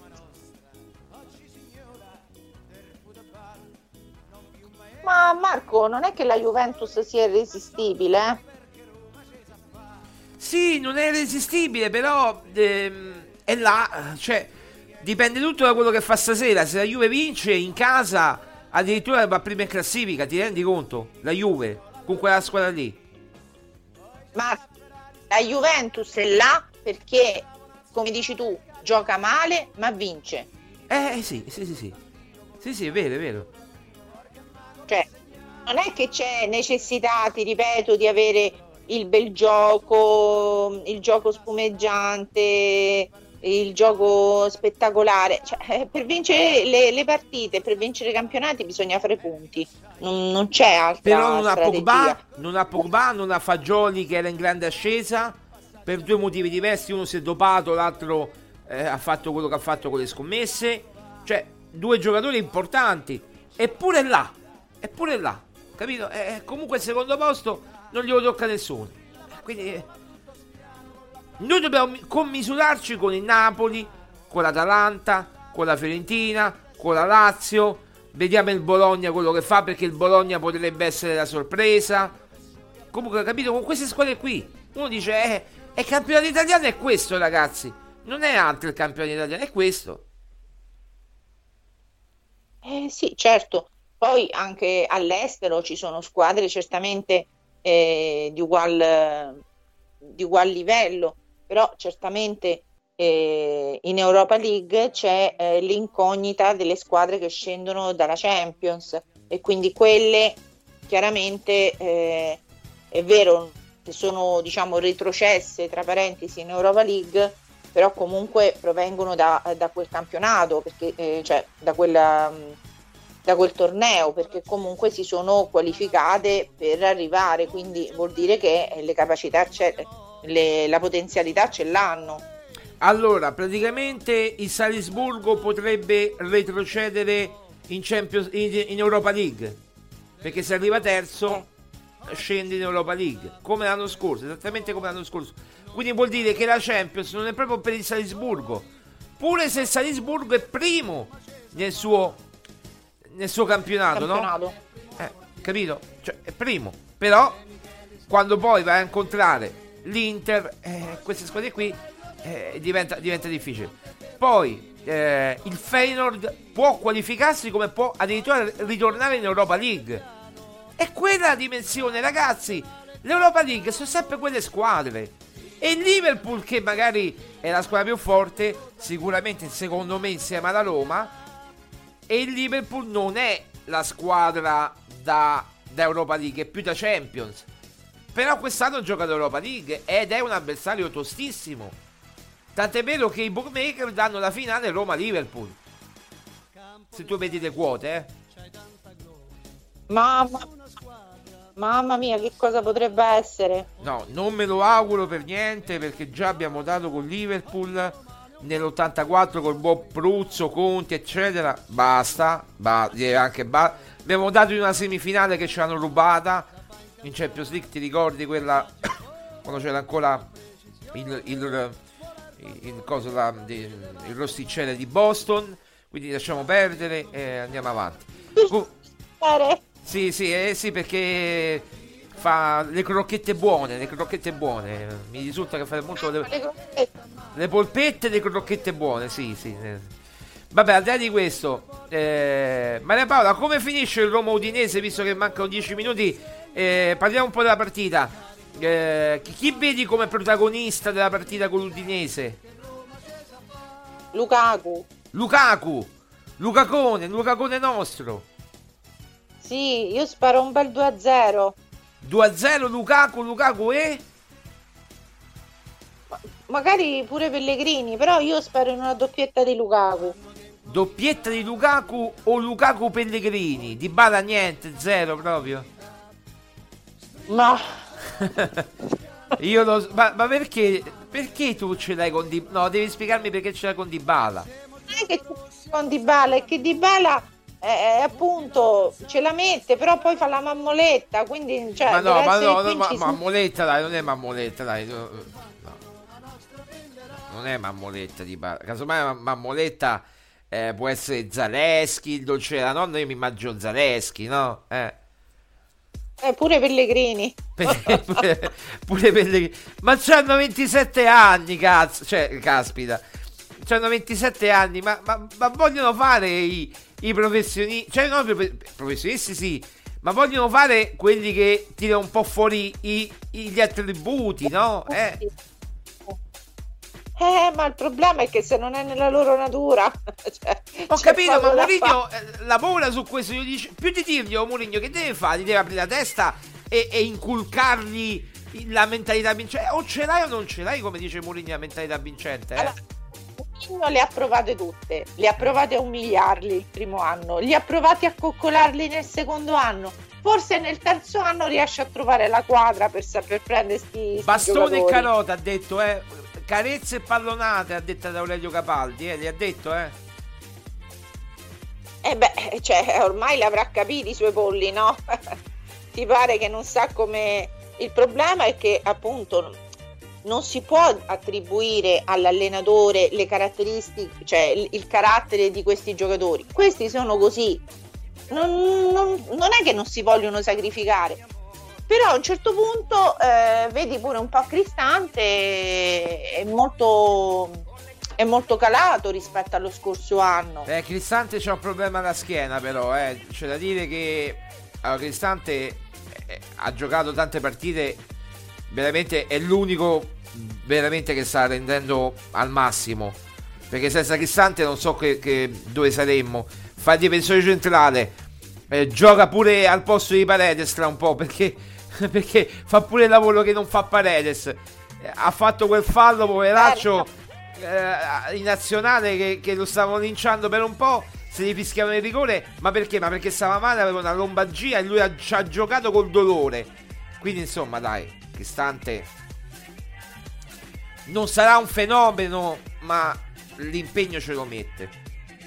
Ma Marco, non è che la Juventus sia irresistibile? Sì, non è irresistibile, però è là, cioè dipende tutto da quello che fa stasera. Se la Juve vince in casa, addirittura va prima in classifica, ti rendi conto? La Juve, con quella squadra lì. Ma la Juventus è là perché, come dici tu, gioca male ma vince. Sì, è vero, è vero. Cioè, non è che c'è necessità, ti ripeto, di avere il bel gioco, il gioco spumeggiante, il gioco spettacolare. Cioè, per vincere le partite, per vincere i campionati bisogna fare punti. Non c'è altra però strategia. Non ha Pogba, non ha Fagioli che era in grande ascesa per due motivi diversi. Uno si è dopato, l'altro ha fatto quello che ha fatto con le scommesse. Cioè, due giocatori importanti. Eppure è là, capito? Comunque il secondo posto non glielo tocca a nessuno. Quindi noi dobbiamo commisurarci con il Napoli, con l'Atalanta, con la Fiorentina, con la Lazio. Vediamo il Bologna quello che fa, perché il Bologna potrebbe essere la sorpresa. Comunque, capito, con queste squadre qui uno dice il campionato italiano è questo, ragazzi. Non è altro il campionato italiano, è questo. Sì, certo. Poi anche all'estero ci sono squadre certamente di ugual livello, però certamente in Europa League c'è l'incognita delle squadre che scendono dalla Champions, e quindi quelle chiaramente è vero che sono, diciamo, retrocesse tra parentesi in Europa League, però comunque provengono da quel campionato, perché cioè da quel torneo, perché comunque si sono qualificate per arrivare, quindi vuol dire che le capacità la potenzialità ce l'hanno. Allora, praticamente il Salisburgo potrebbe retrocedere in Europa League, perché se arriva terzo scende in Europa League, come l'anno scorso, esattamente come l'anno scorso. Quindi vuol dire che la Champions non è proprio per il Salisburgo, pure se il Salisburgo è primo nel suo campionato. No? Capito? Cioè è primo, però quando poi vai a incontrare l'Inter, queste squadre qui diventa difficile. Poi il Feyenoord può qualificarsi, come può addirittura ritornare in Europa League. È quella la dimensione, ragazzi. L'Europa League sono sempre quelle squadre, e il Liverpool, che magari è la squadra più forte, sicuramente secondo me insieme alla Roma, e il Liverpool non è la squadra da Europa League, è più da Champions. Però quest'anno gioca l'Europa League ed è un avversario tostissimo, tant'è vero che i bookmaker danno la finale Roma-Liverpool, se tu vedi le quote. Mamma mia, che cosa potrebbe essere? No, non me lo auguro per niente, perché già abbiamo dato con Liverpool nell'84 col buon Pruzzo, Conti eccetera. Basta. Abbiamo dato in una semifinale che ce l'hanno rubata, in Champions League, ti ricordi quella quando c'era ancora il rosticciere di Boston, quindi lasciamo perdere e andiamo avanti. Sì, perché fa le crocchette buone, mi risulta che fa molto le polpette e le crocchette buone, sì. Vabbè, al di là di questo, Maria Paola, come finisce il Roma Udinese, visto che mancano 10 minuti? Parliamo un po' della partita. Chi vedi come protagonista della partita con l'Udinese? Lucacone nostro. Sì, io sparo un bel 2-0. 2-0 Lukaku e? Magari pure Pellegrini, però io spero in una doppietta di Lukaku. Doppietta di Lukaku o Lukaku Pellegrini? Dybala niente, 0 proprio. Ma io ma perché tu ce l'hai con Dybala? No, devi spiegarmi perché ce l'hai con Dybala. Non è che con Dybala, è che Dybala appunto ce la mette, però poi fa la mammoletta, quindi cioè, mammoletta, dai, non è mammoletta, dai. No. Non è mammoletta Dybala. Casomai mammoletta può essere Zaleschi, il dolce della nonna, io mi immagino Zaleschi, no? Pure Pellegrini. pure Pellegrini. Ma c'hanno 27 anni, cazzo. Cioè, caspita. C'hanno 27 anni, ma vogliono fare i professionisti. Cioè, no, professionisti sì. Ma vogliono fare quelli che tirano un po' fuori gli attributi, no? Ma il problema è che se non è nella loro natura ho capito, ma Mourinho lavora su questo. Io dico, più di dirgli Mourinho che deve fare, gli deve aprire la testa e inculcargli la mentalità vincente. O ce l'hai o non ce l'hai, come dice Mourinho, la mentalità vincente. Allora, Mourinho le ha provate tutte, le ha provate a umiliarli il primo anno, li ha provati a coccolarli nel secondo anno, forse nel terzo anno riesce a trovare la quadra per saper prendere sti bastone giocatori. E carota, ha detto carezze e pallonate, ha detto da Aurelio Capaldi, li ha detto, cioè ormai l'avrà capito i suoi polli, no? Ti pare che non sa come. Il problema è che appunto non si può attribuire all'allenatore le caratteristiche, cioè il carattere di questi giocatori. Questi sono così, non è che non si vogliono sacrificare. Però a un certo punto vedi pure un po' Cristante è molto calato rispetto allo scorso anno. Cristante c'ha un problema alla schiena, però c'è da dire che Cristante ha giocato tante partite, veramente è l'unico veramente che sta rendendo al massimo, perché senza Cristante non so dove saremmo. Fa difensore centrale, gioca pure al posto di Paredes tra un po', perché fa pure il lavoro che non fa Paredes. Ha fatto quel fallo, poveraccio, in nazionale che lo stavano linciando per un po', se gli fischiavano il rigore. Ma perché? Ma perché stava male, aveva una lombalgia e lui ci ha giocato col dolore. Quindi insomma dai, Cristante non sarà un fenomeno, ma l'impegno ce lo mette.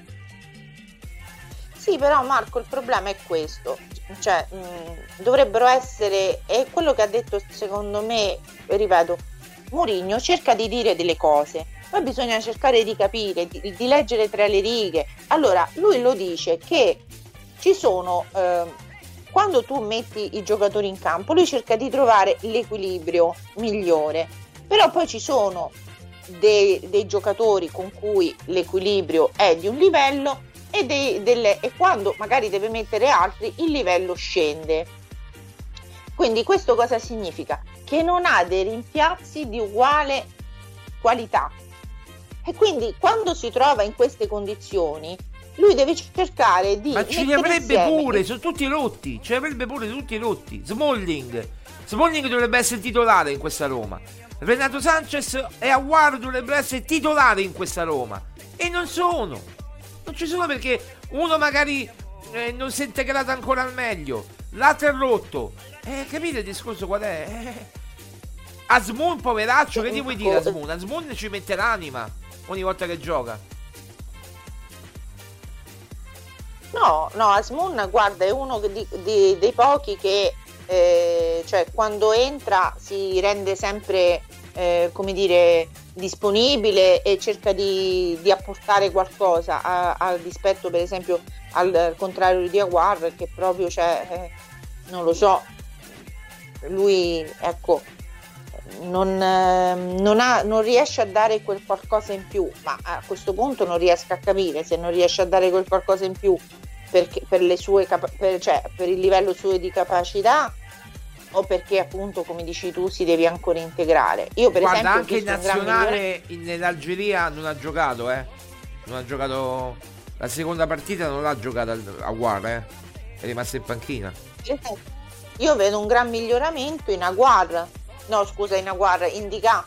Sì, però Marco, il problema è questo, cioè dovrebbero essere, è quello che ha detto secondo me, ripeto, Mourinho cerca di dire delle cose, poi bisogna cercare di capire, di leggere tra le righe. Allora, lui lo dice che ci sono, quando tu metti i giocatori in campo, lui cerca di trovare l'equilibrio migliore, però poi ci sono dei giocatori con cui l'equilibrio è di un livello e quando magari deve mettere altri il livello scende. Quindi questo cosa significa? Che non ha dei rimpiazzi di uguale qualità, e quindi quando si trova in queste condizioni lui deve cercare di ma ce li avrebbe pure, sono tutti rotti, ce li avrebbe pure tutti rotti. Smalling dovrebbe essere titolare in questa Roma, Renato Sanchez e Aguaro dovrebbero essere titolari in questa Roma e non ci sono perché uno magari non si è integrato ancora al meglio, l'altro è rotto. Capite il discorso qual è? Azmoun, poveraccio, che ti vuoi dire Azmoun? Azmoun ci mette l'anima ogni volta che gioca. No, Azmoun, guarda, è uno dei pochi che cioè quando entra si rende sempre come dire disponibile e cerca di apportare qualcosa al dispetto per esempio al contrario di Aguar, che proprio non lo so, lui ecco non riesce a dare quel qualcosa in più, ma a questo punto non riesco a capire se non riesce a dare quel qualcosa in più perché per le sue per il livello suo di capacità o perché appunto come dici tu si deve ancora integrare. Io per Guarda, esempio anche in nazionale nell'Algeria non ha giocato non ha giocato la seconda partita, non l'ha giocata Aguar, è rimasto in panchina. Io vedo un gran miglioramento in Aguar, in Dicà.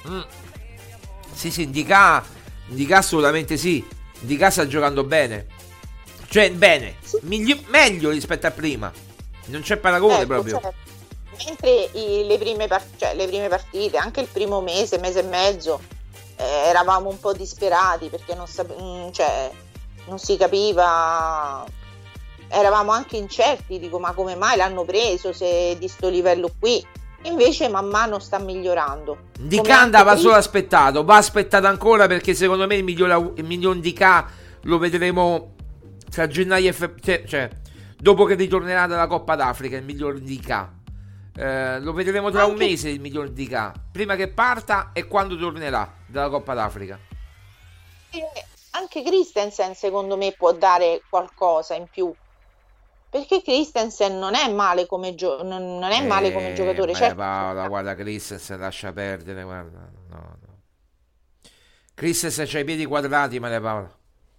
Sì, Dicà assolutamente sì. Dicà sta giocando bene, cioè bene, sì. Meglio rispetto a prima, non c'è paragone proprio. Certo. Mentre le prime partite, anche il primo mese e mezzo, eravamo un po' disperati perché non si capiva, eravamo anche incerti, dico ma come mai l'hanno preso se di sto livello qui, invece man mano sta migliorando. Dicà andava solo aspettato, va aspettato ancora perché secondo me il miglior Dicà lo vedremo tra gennaio e cioè dopo che ritornerà dalla Coppa d'Africa, il miglior Dicà. Lo vedremo tra un mese il miglior Dicà, prima che parta e quando tornerà dalla Coppa d'Africa. Anche Christensen secondo me può dare qualcosa in più, perché Christensen non è male come male come giocatore. Certo. Paola, guarda, Christensen lascia perdere, guarda, no. Christensen c'ha i piedi quadrati, Maria Paola.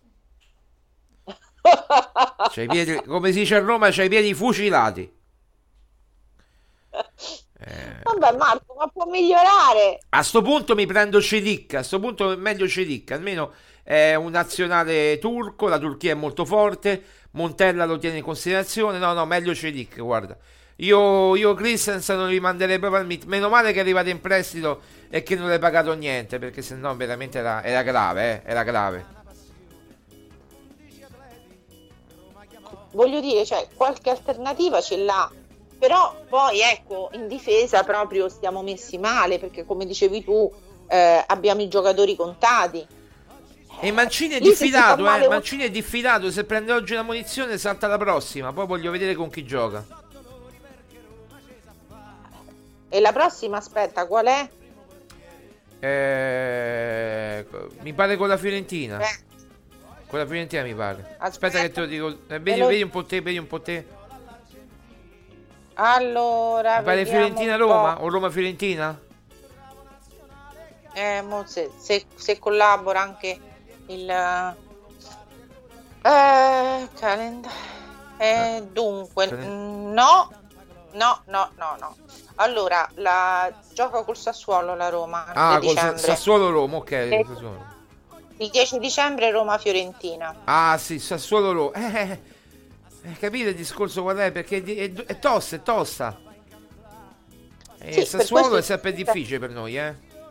C'ha i piedi, come si dice a Roma, c'ha i piedi fucilati. Vabbè Marco, ma può migliorare. A sto punto mi prendo Celik, a sto punto è meglio Celik, almeno è un nazionale turco, la Turchia è molto forte, Montella lo tiene in considerazione, no, meglio Celik, guarda. Io Christensen non li manderei proprio al MIT, meno male che è arrivato in prestito e che non le hai pagato niente, perché sennò veramente era grave, era grave. Voglio dire, qualche alternativa ce l'ha. Però poi ecco, in difesa proprio stiamo messi male, perché come dicevi tu abbiamo i giocatori contati. E Mancini è diffidato, Mancini è diffidato, se prende oggi la munizione salta la prossima, poi voglio vedere con chi gioca. E la prossima, aspetta, qual è? Mi pare con la Fiorentina. Con la Fiorentina mi pare. Aspetta che te lo dico, vedi un po' te. Allora, pare Fiorentina-Roma o Roma-Fiorentina? Se collabora anche il calendario. Dunque, no. Allora, gioca col Sassuolo la Roma. Col Sassuolo-Roma, ok. Il 10 dicembre Roma-Fiorentina. Ah sì, Sassuolo-Roma. Capite il discorso qual è? Perché è tosta. Sì, Sassuolo è sempre difficile per noi,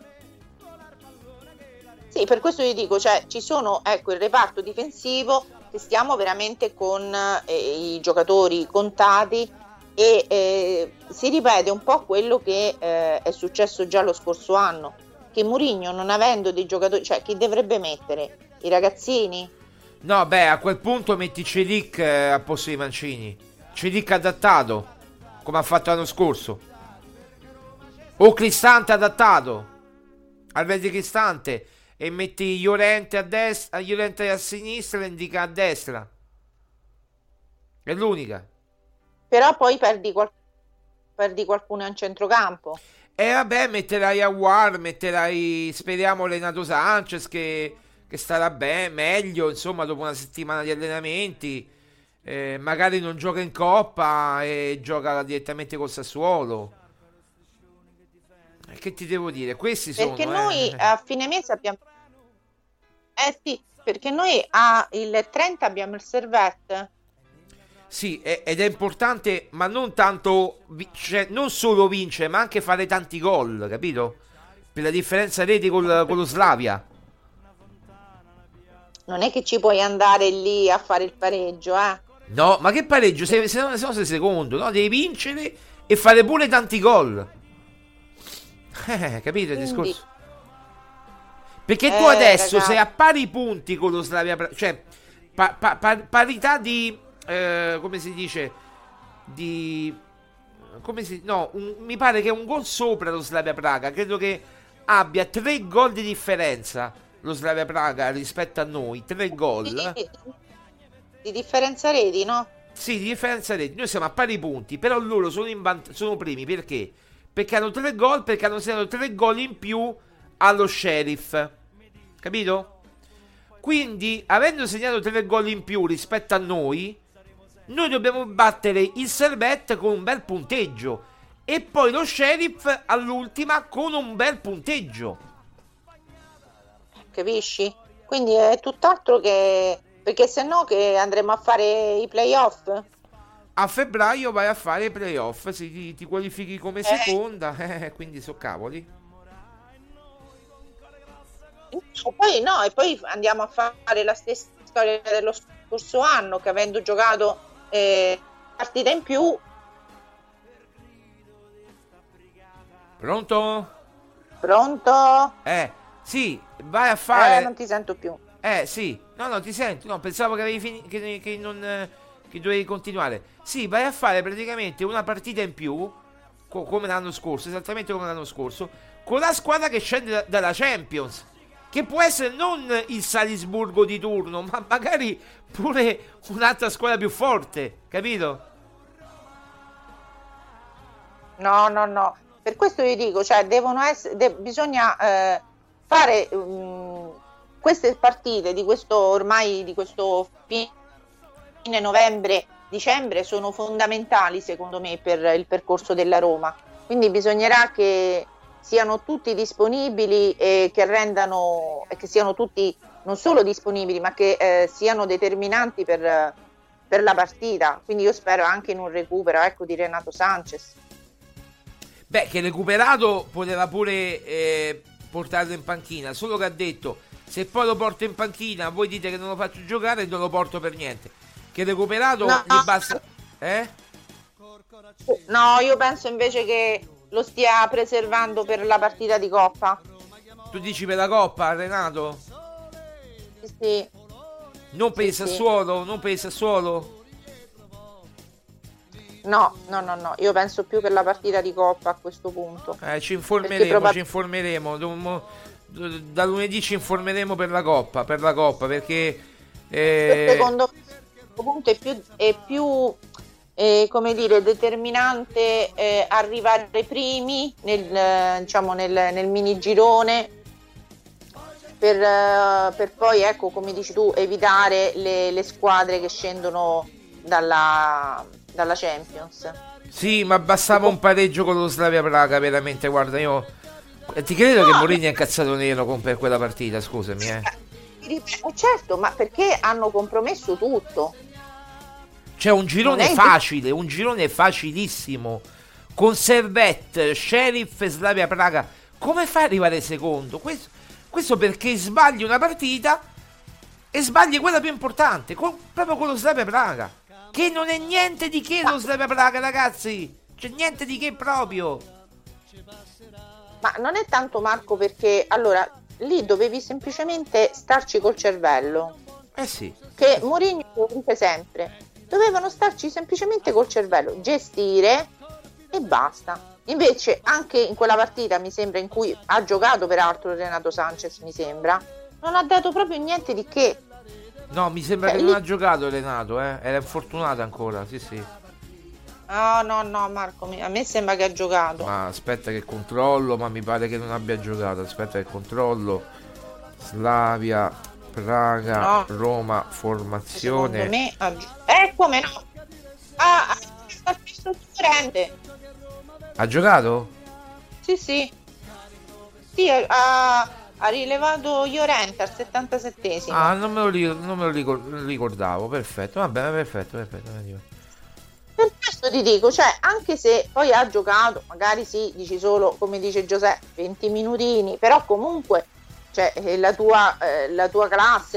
Sì, per questo io dico, ci sono, ecco, il reparto difensivo che stiamo veramente con i giocatori contati e si ripete un po' quello che è successo già lo scorso anno, che Mourinho, non avendo dei giocatori, chi dovrebbe mettere? I ragazzini? No, a quel punto metti Celik al posto di Mancini. Celik adattato, come ha fatto l'anno scorso. O Cristante adattato, Alvedi Cristante, e metti Llorente a destra, Llorente a sinistra e Indica a destra. È l'unica. Però poi perdi qualcuno in centrocampo. Metterai Aguar, speriamo Renato Sanchez che starà bene, meglio, insomma, dopo una settimana di allenamenti, magari non gioca in Coppa e gioca direttamente col Sassuolo. Che ti devo dire? Questi sono. Perché noi a fine mese abbiamo. Sì, perché noi il 30 abbiamo il Servette. Sì, ed è importante, ma non tanto, non solo vincere, ma anche fare tanti gol, capito? Per la differenza reti con lo Slavia. Non è che ci puoi andare lì a fare il pareggio, No, ma che pareggio? Se no sei secondo, no? Devi vincere e fare pure tanti gol. Capito il discorso? Perché tu adesso sei a pari punti con lo Slavia Praga, cioè parità di come si dice, di mi pare che un gol sopra lo Slavia Praga. Credo che abbia 3 gol di differenza lo Slavia Praga rispetto a noi, 3 gol di differenza reti, no? Sì, di differenza reti. Noi siamo a pari punti, però loro sono primi. Perché? Perché hanno 3 gol, perché hanno segnato 3 gol in più allo Sheriff, capito? Quindi, avendo segnato 3 gol in più rispetto a noi dobbiamo battere il Servette con un bel punteggio e poi lo Sheriff all'ultima con un bel punteggio. Capisci? Quindi è tutt'altro che... Perché se no che andremo a fare i playoff? A febbraio vai a fare i playoff, ti qualifichi come seconda, quindi so cavoli. E poi andiamo a fare la stessa storia dello scorso anno, che avendo giocato partita in più. Pronto? Sì, vai a fare... non ti sento più. Sì, no, ti sento. No, pensavo che avevi finito, che dovevi continuare. Sì, vai a fare praticamente una partita in più, come l'anno scorso, esattamente come l'anno scorso, con la squadra che scende dalla Champions, che può essere non il Salisburgo di turno, ma magari pure un'altra squadra più forte, capito? No. Per questo io dico, cioè, bisogna fare queste partite di questo fine novembre, dicembre, sono fondamentali secondo me per il percorso della Roma. Quindi bisognerà che siano tutti disponibili e che rendano, e che siano tutti non solo disponibili, ma che siano determinanti per la partita. Quindi io spero anche in un recupero, di Renato Sanchez. Beh, che recuperato poteva pure portarlo in panchina, solo che ha detto: se poi lo porto in panchina voi dite che non lo faccio giocare, non lo porto per niente. Che recuperato gli basta. No, io penso invece che lo stia preservando per la partita di Coppa. Tu dici per la Coppa, Renato? Sì. Non per il Sassuolo? Non per il Sassuolo? No, io penso più per la partita di Coppa a questo punto. Ci informeremo. Da lunedì ci informeremo per la Coppa, perché secondo me questo punto è più come dire, determinante arrivare primi nel mini girone per poi, come dici tu, evitare le squadre che scendono dalla Champions. Sì, ma bastava un pareggio con lo Slavia Praga, veramente. Guarda, io ti credo che Mourinho è incazzato nero per quella partita, scusami. Certo, ma perché hanno compromesso tutto. C'è un girone facile, un girone facilissimo, con Servette, Sheriff e Slavia Praga. Come fai ad arrivare secondo? Questo perché sbagli una partita e sbagli quella più importante, proprio con lo Slavia Praga, che non è niente di che lo Slavia Praga, ragazzi. C'è niente di che proprio. Ma non è tanto, Marco, perché allora lì dovevi semplicemente starci col cervello. Sì. Che Mourinho lo dice sempre. Dovevano starci semplicemente col cervello, gestire e basta. Invece anche in quella partita, mi sembra, in cui ha giocato peraltro Renato Sanchez, mi sembra, non ha dato proprio niente di che. No, mi sembra che non ha giocato Renato, era infortunato ancora, sì. No, Marco, a me sembra che ha giocato. Ma aspetta che controllo, ma mi pare che non abbia giocato. Aspetta che controllo. Slavia Praga, no. Roma, formazione. Secondo me come no? Ha giocato? Sì, ha rilevato Llorente al 77esimo. Non me lo ricordavo. Perfetto, va bene, perfetto. Per questo ti dico, cioè, anche se poi ha giocato, magari sì, dici solo, come dice Giuseppe, 20 minutini, però comunque, cioè, la tua classe,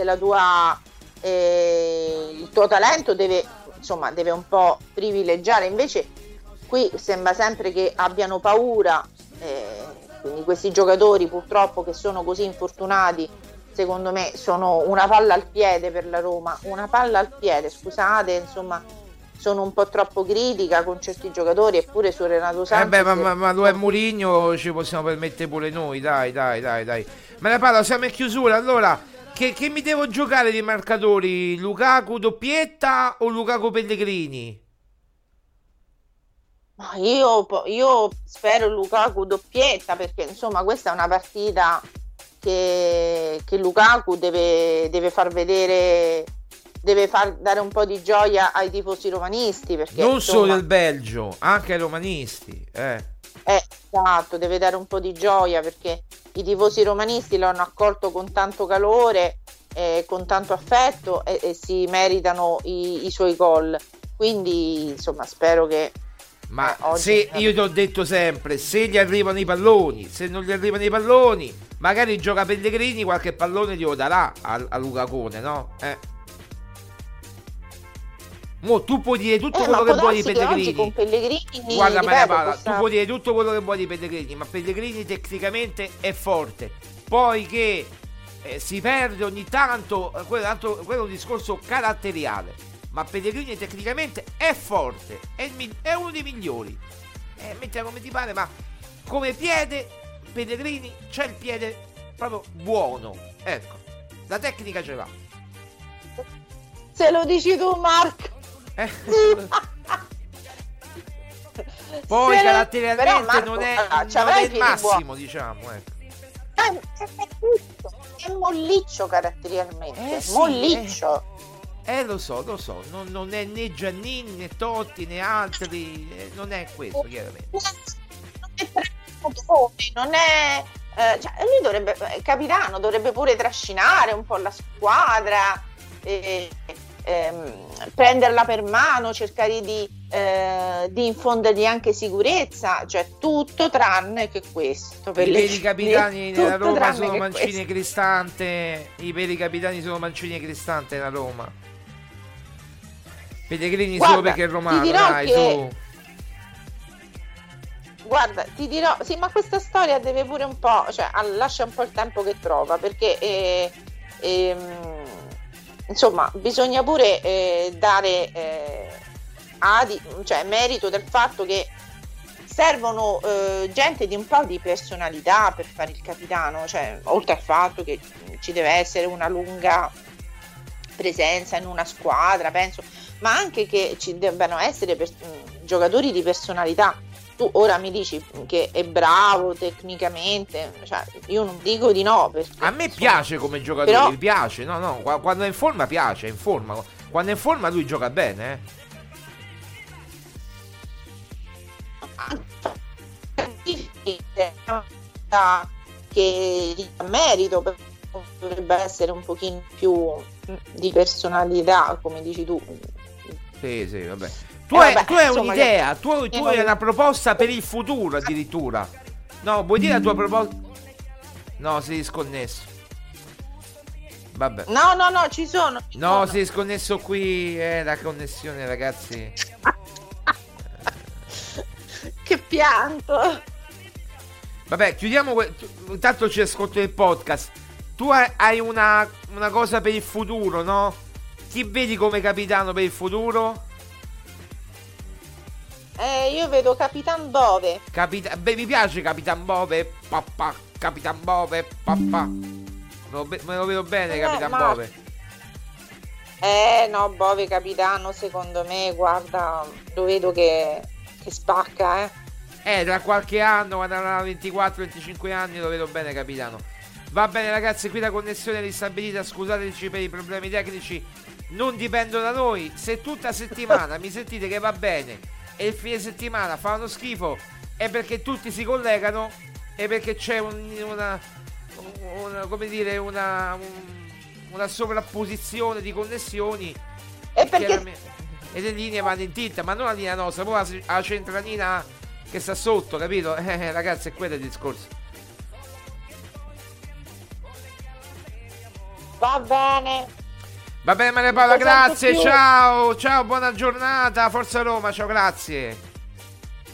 il tuo talento deve un po' privilegiare. Invece qui sembra sempre che abbiano paura, quindi questi giocatori purtroppo che sono così infortunati, secondo me sono una palla al piede per la Roma, una palla al piede, scusate, insomma sono un po' troppo critica con certi giocatori, eppure su Renato Sanches ma lo è Mourinho, ci possiamo permettere pure noi, dai. Me ne parlo, siamo in chiusura. Allora, che mi devo giocare di marcatori? Lukaku doppietta o Lukaku Pellegrini? Io spero Lukaku doppietta, perché insomma questa è una partita che Lukaku deve far vedere, deve far dare un po' di gioia ai tifosi romanisti, perché non insomma, solo il Belgio, anche ai romanisti. Esatto, deve dare un po' di gioia, perché i tifosi romanisti lo hanno accolto con tanto calore, con tanto affetto, e si meritano i suoi gol. Quindi insomma spero che se io ti ho detto sempre, se gli arrivano i palloni, se non gli arrivano i palloni, magari gioca Pellegrini, qualche pallone glielo darà a Lukakone, no? Mo tu puoi dire tutto quello che vuoi di Pellegrini. Con Pellegrini, guarda, ripeto, tu puoi dire tutto quello che vuoi di Pellegrini, ma Pellegrini tecnicamente è forte. Poi che si perde ogni tanto, quello è un discorso caratteriale. Ma Pellegrini tecnicamente è forte, è uno dei migliori. Mettila come ti pare, ma come piede Pellegrini c'è il piede proprio buono. Ecco, la tecnica ce l'ha. Se lo dici tu, Marco. Poi caratterialmente non è il massimo, diciamo, ecco. È molliccio caratterialmente, sì, molliccio. Lo so, non è né Giannini né Totti né altri, non è questo chiaramente. Non è cioè, lui dovrebbe, capitano, dovrebbe pure trascinare un po' la squadra, prenderla per mano, cercare di infondergli anche sicurezza, cioè tutto tranne che questo. I veri capitani della Roma sono Mancini e Cristante. I veri capitani sono Mancini e Cristante nella Roma. Pellegrini solo perché è romano, dai, su. Guarda, ti dirò, sì, ma questa storia deve pure un po', cioè lascia un po' il tempo che trova, perché insomma bisogna pure dare cioè merito del fatto che servono gente di un po' di personalità per fare il capitano, cioè oltre al fatto che ci deve essere una lunga presenza in una squadra, penso, ma anche che ci debbano essere giocatori di personalità. Tu ora mi dici che è bravo tecnicamente, cioè io non dico di no, perché a me piace come giocatore, però mi piace, no, quando è in forma piace, è in forma, quando è in forma lui gioca bene, che a merito dovrebbe essere un pochino più di personalità, come dici tu. Sì, vabbè. Tu hai un'idea, tu hai una proposta per il futuro addirittura. No, vuoi dire la tua proposta? No, sei disconnesso. Vabbè. No, ci sono. No, sei disconnesso qui, la connessione, ragazzi. Che pianto. Vabbè, chiudiamo. Intanto ci ascolto il podcast. Tu hai una cosa per il futuro, no? Chi vedi come capitano per il futuro? Io vedo Capitan Bove. Mi piace Capitan Bove. Papà. Capitan Bove. Papà. Me lo vedo bene, Capitan Bove. No, Bove capitano, secondo me, guarda, lo vedo che spacca, Tra qualche anno, quando avrà 24-25 anni, lo vedo bene capitano. Va bene ragazzi, qui la connessione è ristabilita, scusateci per i problemi tecnici, non dipendono da noi. Se tutta settimana mi sentite che va bene e il fine settimana fa uno schifo, è perché tutti si collegano e perché c'è una sovrapposizione di connessioni e le linee vanno in tinta, ma non la linea nostra, poi la centralina che sta sotto, capito? Ragazzi, è quello il discorso. Va bene, Maria Paola, grazie, ciao, buona giornata, Forza Roma, ciao, grazie.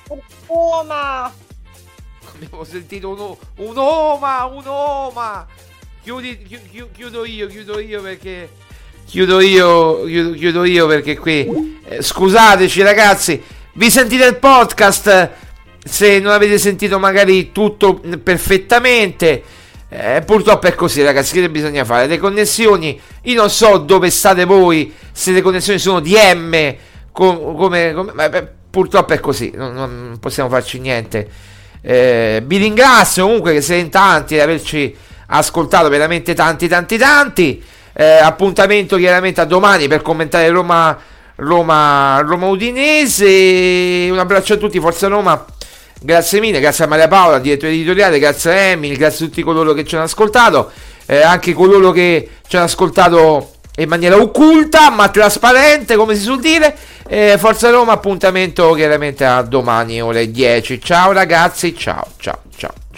Roma. Abbiamo sentito un Oma. Chiudo io perché chiudo io perché qui scusateci ragazzi, vi sentite il podcast se non avete sentito magari tutto perfettamente. Purtroppo è così ragazzi, che bisogna fare? Le connessioni, io non so dove state voi, se le connessioni sono DM purtroppo è così, non possiamo farci niente. Vi ringrazio comunque che siete in tanti ad averci ascoltato, veramente tanti. Appuntamento chiaramente a domani per commentare Roma Udinese. Un abbraccio a tutti, forza Roma. Grazie mille, grazie a Maria Paola, direttore editoriale, grazie a Emily, grazie a tutti coloro che ci hanno ascoltato, anche coloro che ci hanno ascoltato in maniera occulta ma trasparente, come si suol dire. Forza Roma, appuntamento chiaramente a domani ore 10. Ciao ragazzi, ciao.